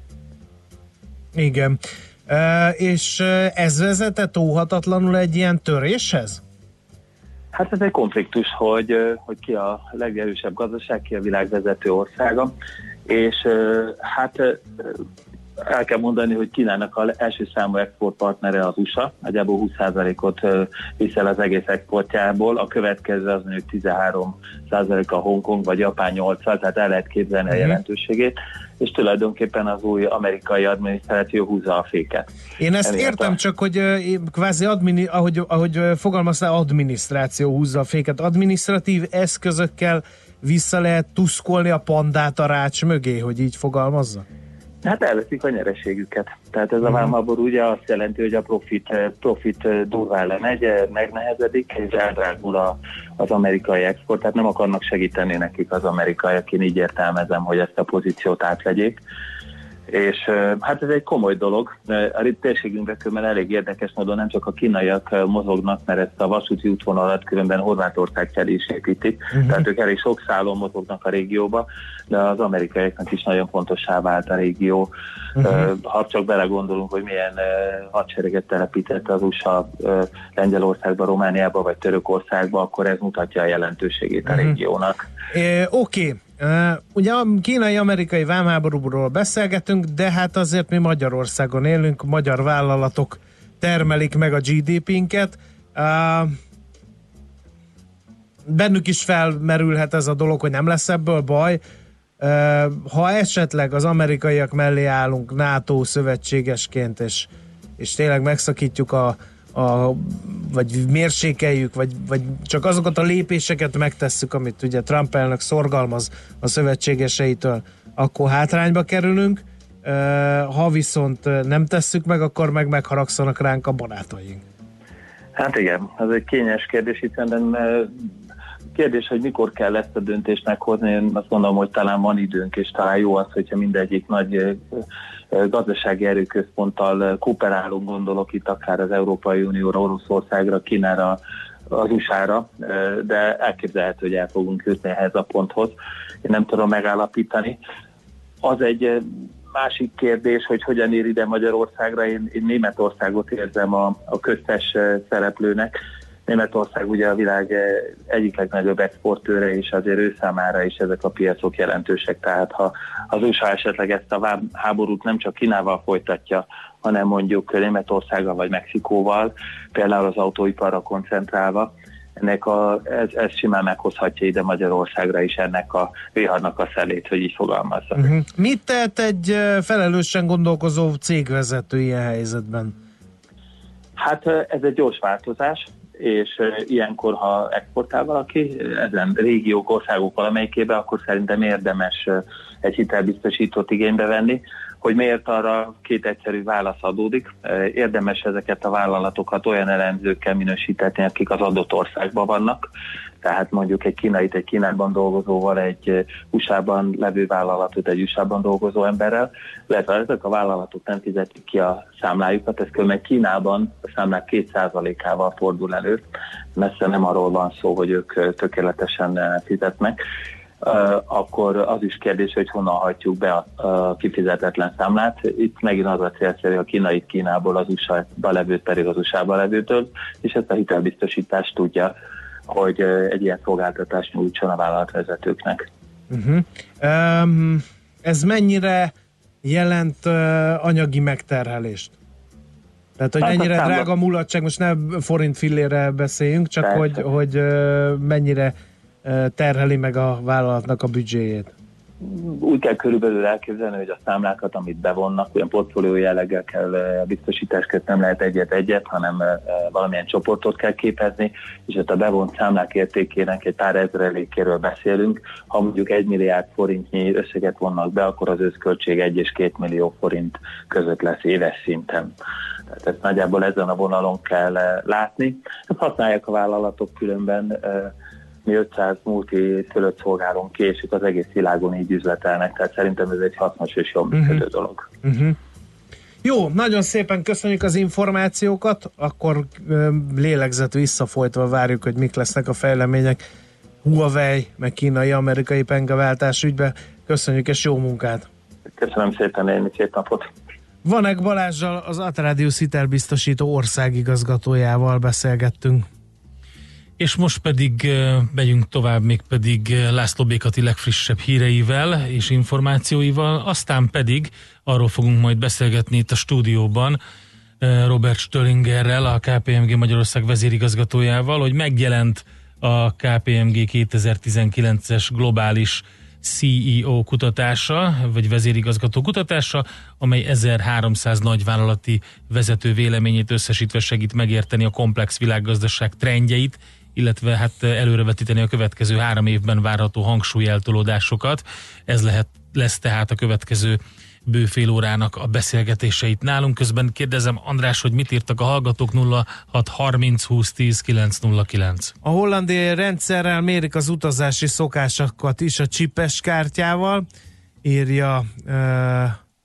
Igen. Uh, és ez vezetett óhatatlanul egy ilyen töréshez? Hát ez egy konfliktus, hogy, hogy ki a legerősebb gazdaság, ki a világvezető országa, és hát el kell mondani, hogy Kínának az első számú exportpartnere az u es á, nagyjából húsz százalékot viszel az egész exportjából, a következő az mondjuk tizenhárom százalék a Hongkong vagy Japán nyolc százalék, tehát el lehet képzelni uh-huh. a jelentőségét, és tulajdonképpen az új amerikai adminisztráció húzza a féket. Én ezt Emiatt értem, a... csak hogy kvázi, admini, ahogy, ahogy fogalmaztál, adminisztráció húzza a féket. Adminisztratív eszközökkel vissza lehet tuszkolni a pandát a rács mögé, hogy így fogalmazza? Hát elveszik a nyereségüket. Tehát ez a vámháború ugye azt jelenti, hogy a profit, profit durván lemegy, megnehezedik, és eldrágul a, az amerikai export, tehát nem akarnak segíteni nekik az amerikaiak, én így értelmezem, hogy ezt a pozíciót átvegyék. És hát ez egy komoly dolog. A térségünkben különben elég érdekes módon nem csak a kínaiak mozognak, mert ezt a vasúti útvonalat különben Horvátország felé is építik, uh-huh. tehát ők elég sok szálon mozognak a régióba, de az amerikaiaknak is nagyon fontossá vált a régió. Uh-huh. Ha csak belegondolunk, hogy milyen hadsereget telepített az u es á Lengyelországba, Romániába vagy Törökországba, akkor ez mutatja a jelentőségét a uh-huh. régiónak. É, Oké. Okay. Uh, ugye a kínai-amerikai vámháborúról beszélgetünk, de hát azért mi Magyarországon élünk, magyar vállalatok termelik meg a gé dé pé-nket. Uh, bennük is felmerülhet ez a dolog, hogy nem lesz ebből baj. Uh, ha esetleg az amerikaiak mellé állunk NATO szövetségesként, és, és tényleg megszakítjuk a A, vagy mérsékeljük, vagy, vagy csak azokat a lépéseket megtesszük, amit ugye Trump elnök szorgalmaz a szövetségeseitől, akkor hátrányba kerülünk, ha viszont nem tesszük meg, akkor meg megharagszanak ránk a barátaink. Hát igen, ez egy kényes kérdés, hiszen kérdés, hogy mikor kell ezt a döntést meghozni. Én azt gondolom, hogy talán van időnk, és talán jó az, hogyha mindegyik nagy gazdasági erőközponttal kooperálunk, gondolok itt akár az Európai Unióra, Oroszországra, Kínára, az u es á-ra, de elképzelhető, hogy el fogunk jutni ehhez a ponthoz. Én nem tudom megállapítani. Az egy másik kérdés, hogy hogyan ér ide Magyarországra. Én, én Németországot érzem a, a köztes szereplőnek. Németország ugye a világ egyik legnagyobb exportőre, és azért ő számára is ezek a piacok jelentősek. Tehát ha az u es á esetleg ezt a háborút nem csak Kínával folytatja, hanem mondjuk Németországgal vagy Mexikóval, például az autóiparra koncentrálva, ennek a, ez, ez simán meghozhatja ide Magyarországra is ennek a viharnak a szelét, hogy így fogalmazzak. Uh-huh. Mit tehet egy felelősen gondolkozó cégvezető ilyen helyzetben? Hát ez egy gyors változás, és ilyenkor, ha exportál valaki ezen régiók, országok valamelyikébe, akkor szerintem érdemes egy hitelbiztosítót igénybe venni. Hogy miért, arra két egyszerű válasz adódik. Érdemes ezeket a vállalatokat olyan elemzőkkel minősítetni, akik az adott országban vannak. Tehát mondjuk egy kínait egy Kínában dolgozóval, egy u es á-ban levő vállalatot egy u es á-ban dolgozó emberrel, illetve ezek a vállalatok nem fizetik ki a számlájukat, ez különben Kínában a számlák két százalékával fordul elő. Messze nem arról van szó, hogy ők tökéletesen fizetnek. Uh, akkor az is kérdés, hogy honnan hagyjuk be a, a kifizetetlen számlát. Itt megint az a célszerű, a kínai Kínából, az u es á-ba levőt pedig az u es á-ba levőtől, és ezt a hitelbiztosítást tudja, hogy uh, egy ilyen szolgáltatást nyújtson a vállalatvezetőknek. Uh-huh. Um, ez mennyire jelent uh, anyagi megterhelést? Tehát, hogy hát mennyire számla... drága mulatság, most nem forint fillére beszéljünk, csak Persze. hogy, hogy uh, mennyire terheli meg a vállalatnak a büdzséjét? Úgy kell körülbelül elképzelni, hogy a számlákat, amit bevonnak, olyan portfólió jelleggel kell, a biztosítás között nem lehet egyet-egyet, hanem valamilyen csoportot kell képezni, és ott a bevont számlák értékének egy pár ezrelékéről beszélünk. Ha mondjuk egy milliárd forintnyi összeget vonnak be, akkor az összköltség egy és két millió forint között lesz éves szinten. Tehát ezt nagyjából ezen a vonalon kell látni. Ezt használják a vállalatok különben. Mi ötszáz multi fölött szolgálunk ki, és itt az egész világon így üzletelnek, tehát szerintem ez egy hasznos és jól működő uh-huh. dolog. Uh-huh. Jó, nagyon szépen köszönjük az információkat, akkor lélegzet visszafolytva várjuk, hogy mik lesznek a fejlemények Huawei, meg kínai-amerikai pengaváltás ügybe. Köszönjük, és jó munkát! Köszönöm szépen, én szép napot! Vanek Balázsral, az Atradius hitelbiztosító országigazgatójával beszélgettünk. És most pedig uh, megyünk tovább, még pedig uh, László Békati legfrissebb híreivel és információival, aztán pedig arról fogunk majd beszélgetni itt a stúdióban uh, Robert Stöllingerrel, a ká pé em gé Magyarország vezérigazgatójával, hogy megjelent a ká pé em gé kétezer-tizenkilences globális cé e o kutatása, vagy vezérigazgató kutatása, amely ezerháromszáz nagyvállalati vezető véleményét összesítve segít megérteni a komplex világgazdaság trendjeit, illetve hát előrevetíteni a következő három évben várható hangsúlyeltolódásokat. Ez lehet, lesz tehát a következő bő fél órának a beszélgetéseit nálunk. Közben kérdezem, András, hogy mit írtak a hallgatók? Nulla hat harminc húsz tíz kilenc nulla kilenc. A hollandiai rendszerrel mérik az utazási szokásokat is a csipes kártyával, írja uh,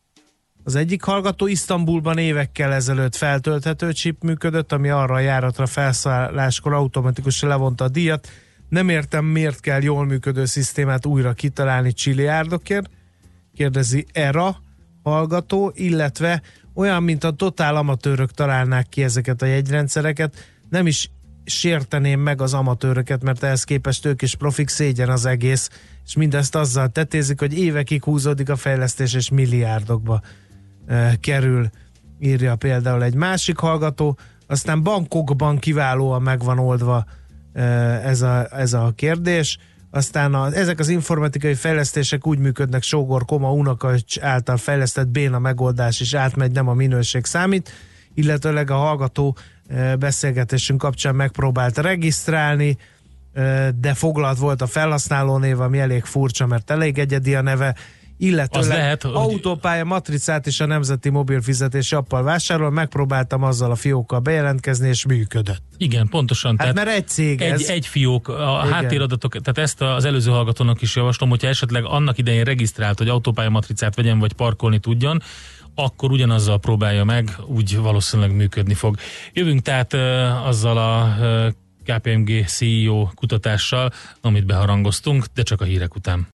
az egyik hallgató. Isztambulban évekkel ezelőtt feltölthető chip működött, ami arra a járatra felszálláskor automatikusan levonta a díjat. Nem értem, miért kell jól működő szisztémát újra kitalálni csilliárdokért, kérdezi Era hallgató, illetve olyan, mint a totál amatőrök találnák ki ezeket a jegyrendszereket. Nem is sérteném meg az amatőröket, mert ehhez képest ők is profik, szégyen az egész, és mindezt azzal tetézik, hogy évekig húzódik a fejlesztés, és milliárdokba e, kerül, írja például egy másik hallgató. Aztán bankokban kiválóan meg van oldva e, ez, a, ez a kérdés. Aztán a, ezek az informatikai fejlesztések úgy működnek, sógor, koma, unoka által fejlesztett béna megoldás is átmegy, nem a minőség számít, illetőleg a hallgató e, beszélgetésünk kapcsán megpróbált regisztrálni, e, de foglalt volt a felhasználónév, ami elég furcsa, mert elég egyedi a neve, illetőleg lehet, hogy- autópálya matricát is a Nemzeti Mobil Fizetési Appal vásárol, megpróbáltam azzal a fiókkal bejelentkezni, és működött. Igen, pontosan. Hát mert egy cég egy, ez. egy fiók, a Igen. háttéradatok, tehát ezt az előző hallgatónak is javaslom, hogyha esetleg annak idején regisztrált, hogy autópálya matricát vegyen, vagy parkolni tudjon, akkor ugyanazzal próbálja meg, úgy valószínűleg működni fog. Jövünk tehát uh, azzal a uh, ká pé em gé cé e o kutatással, amit beharangoztunk, de csak a hírek után.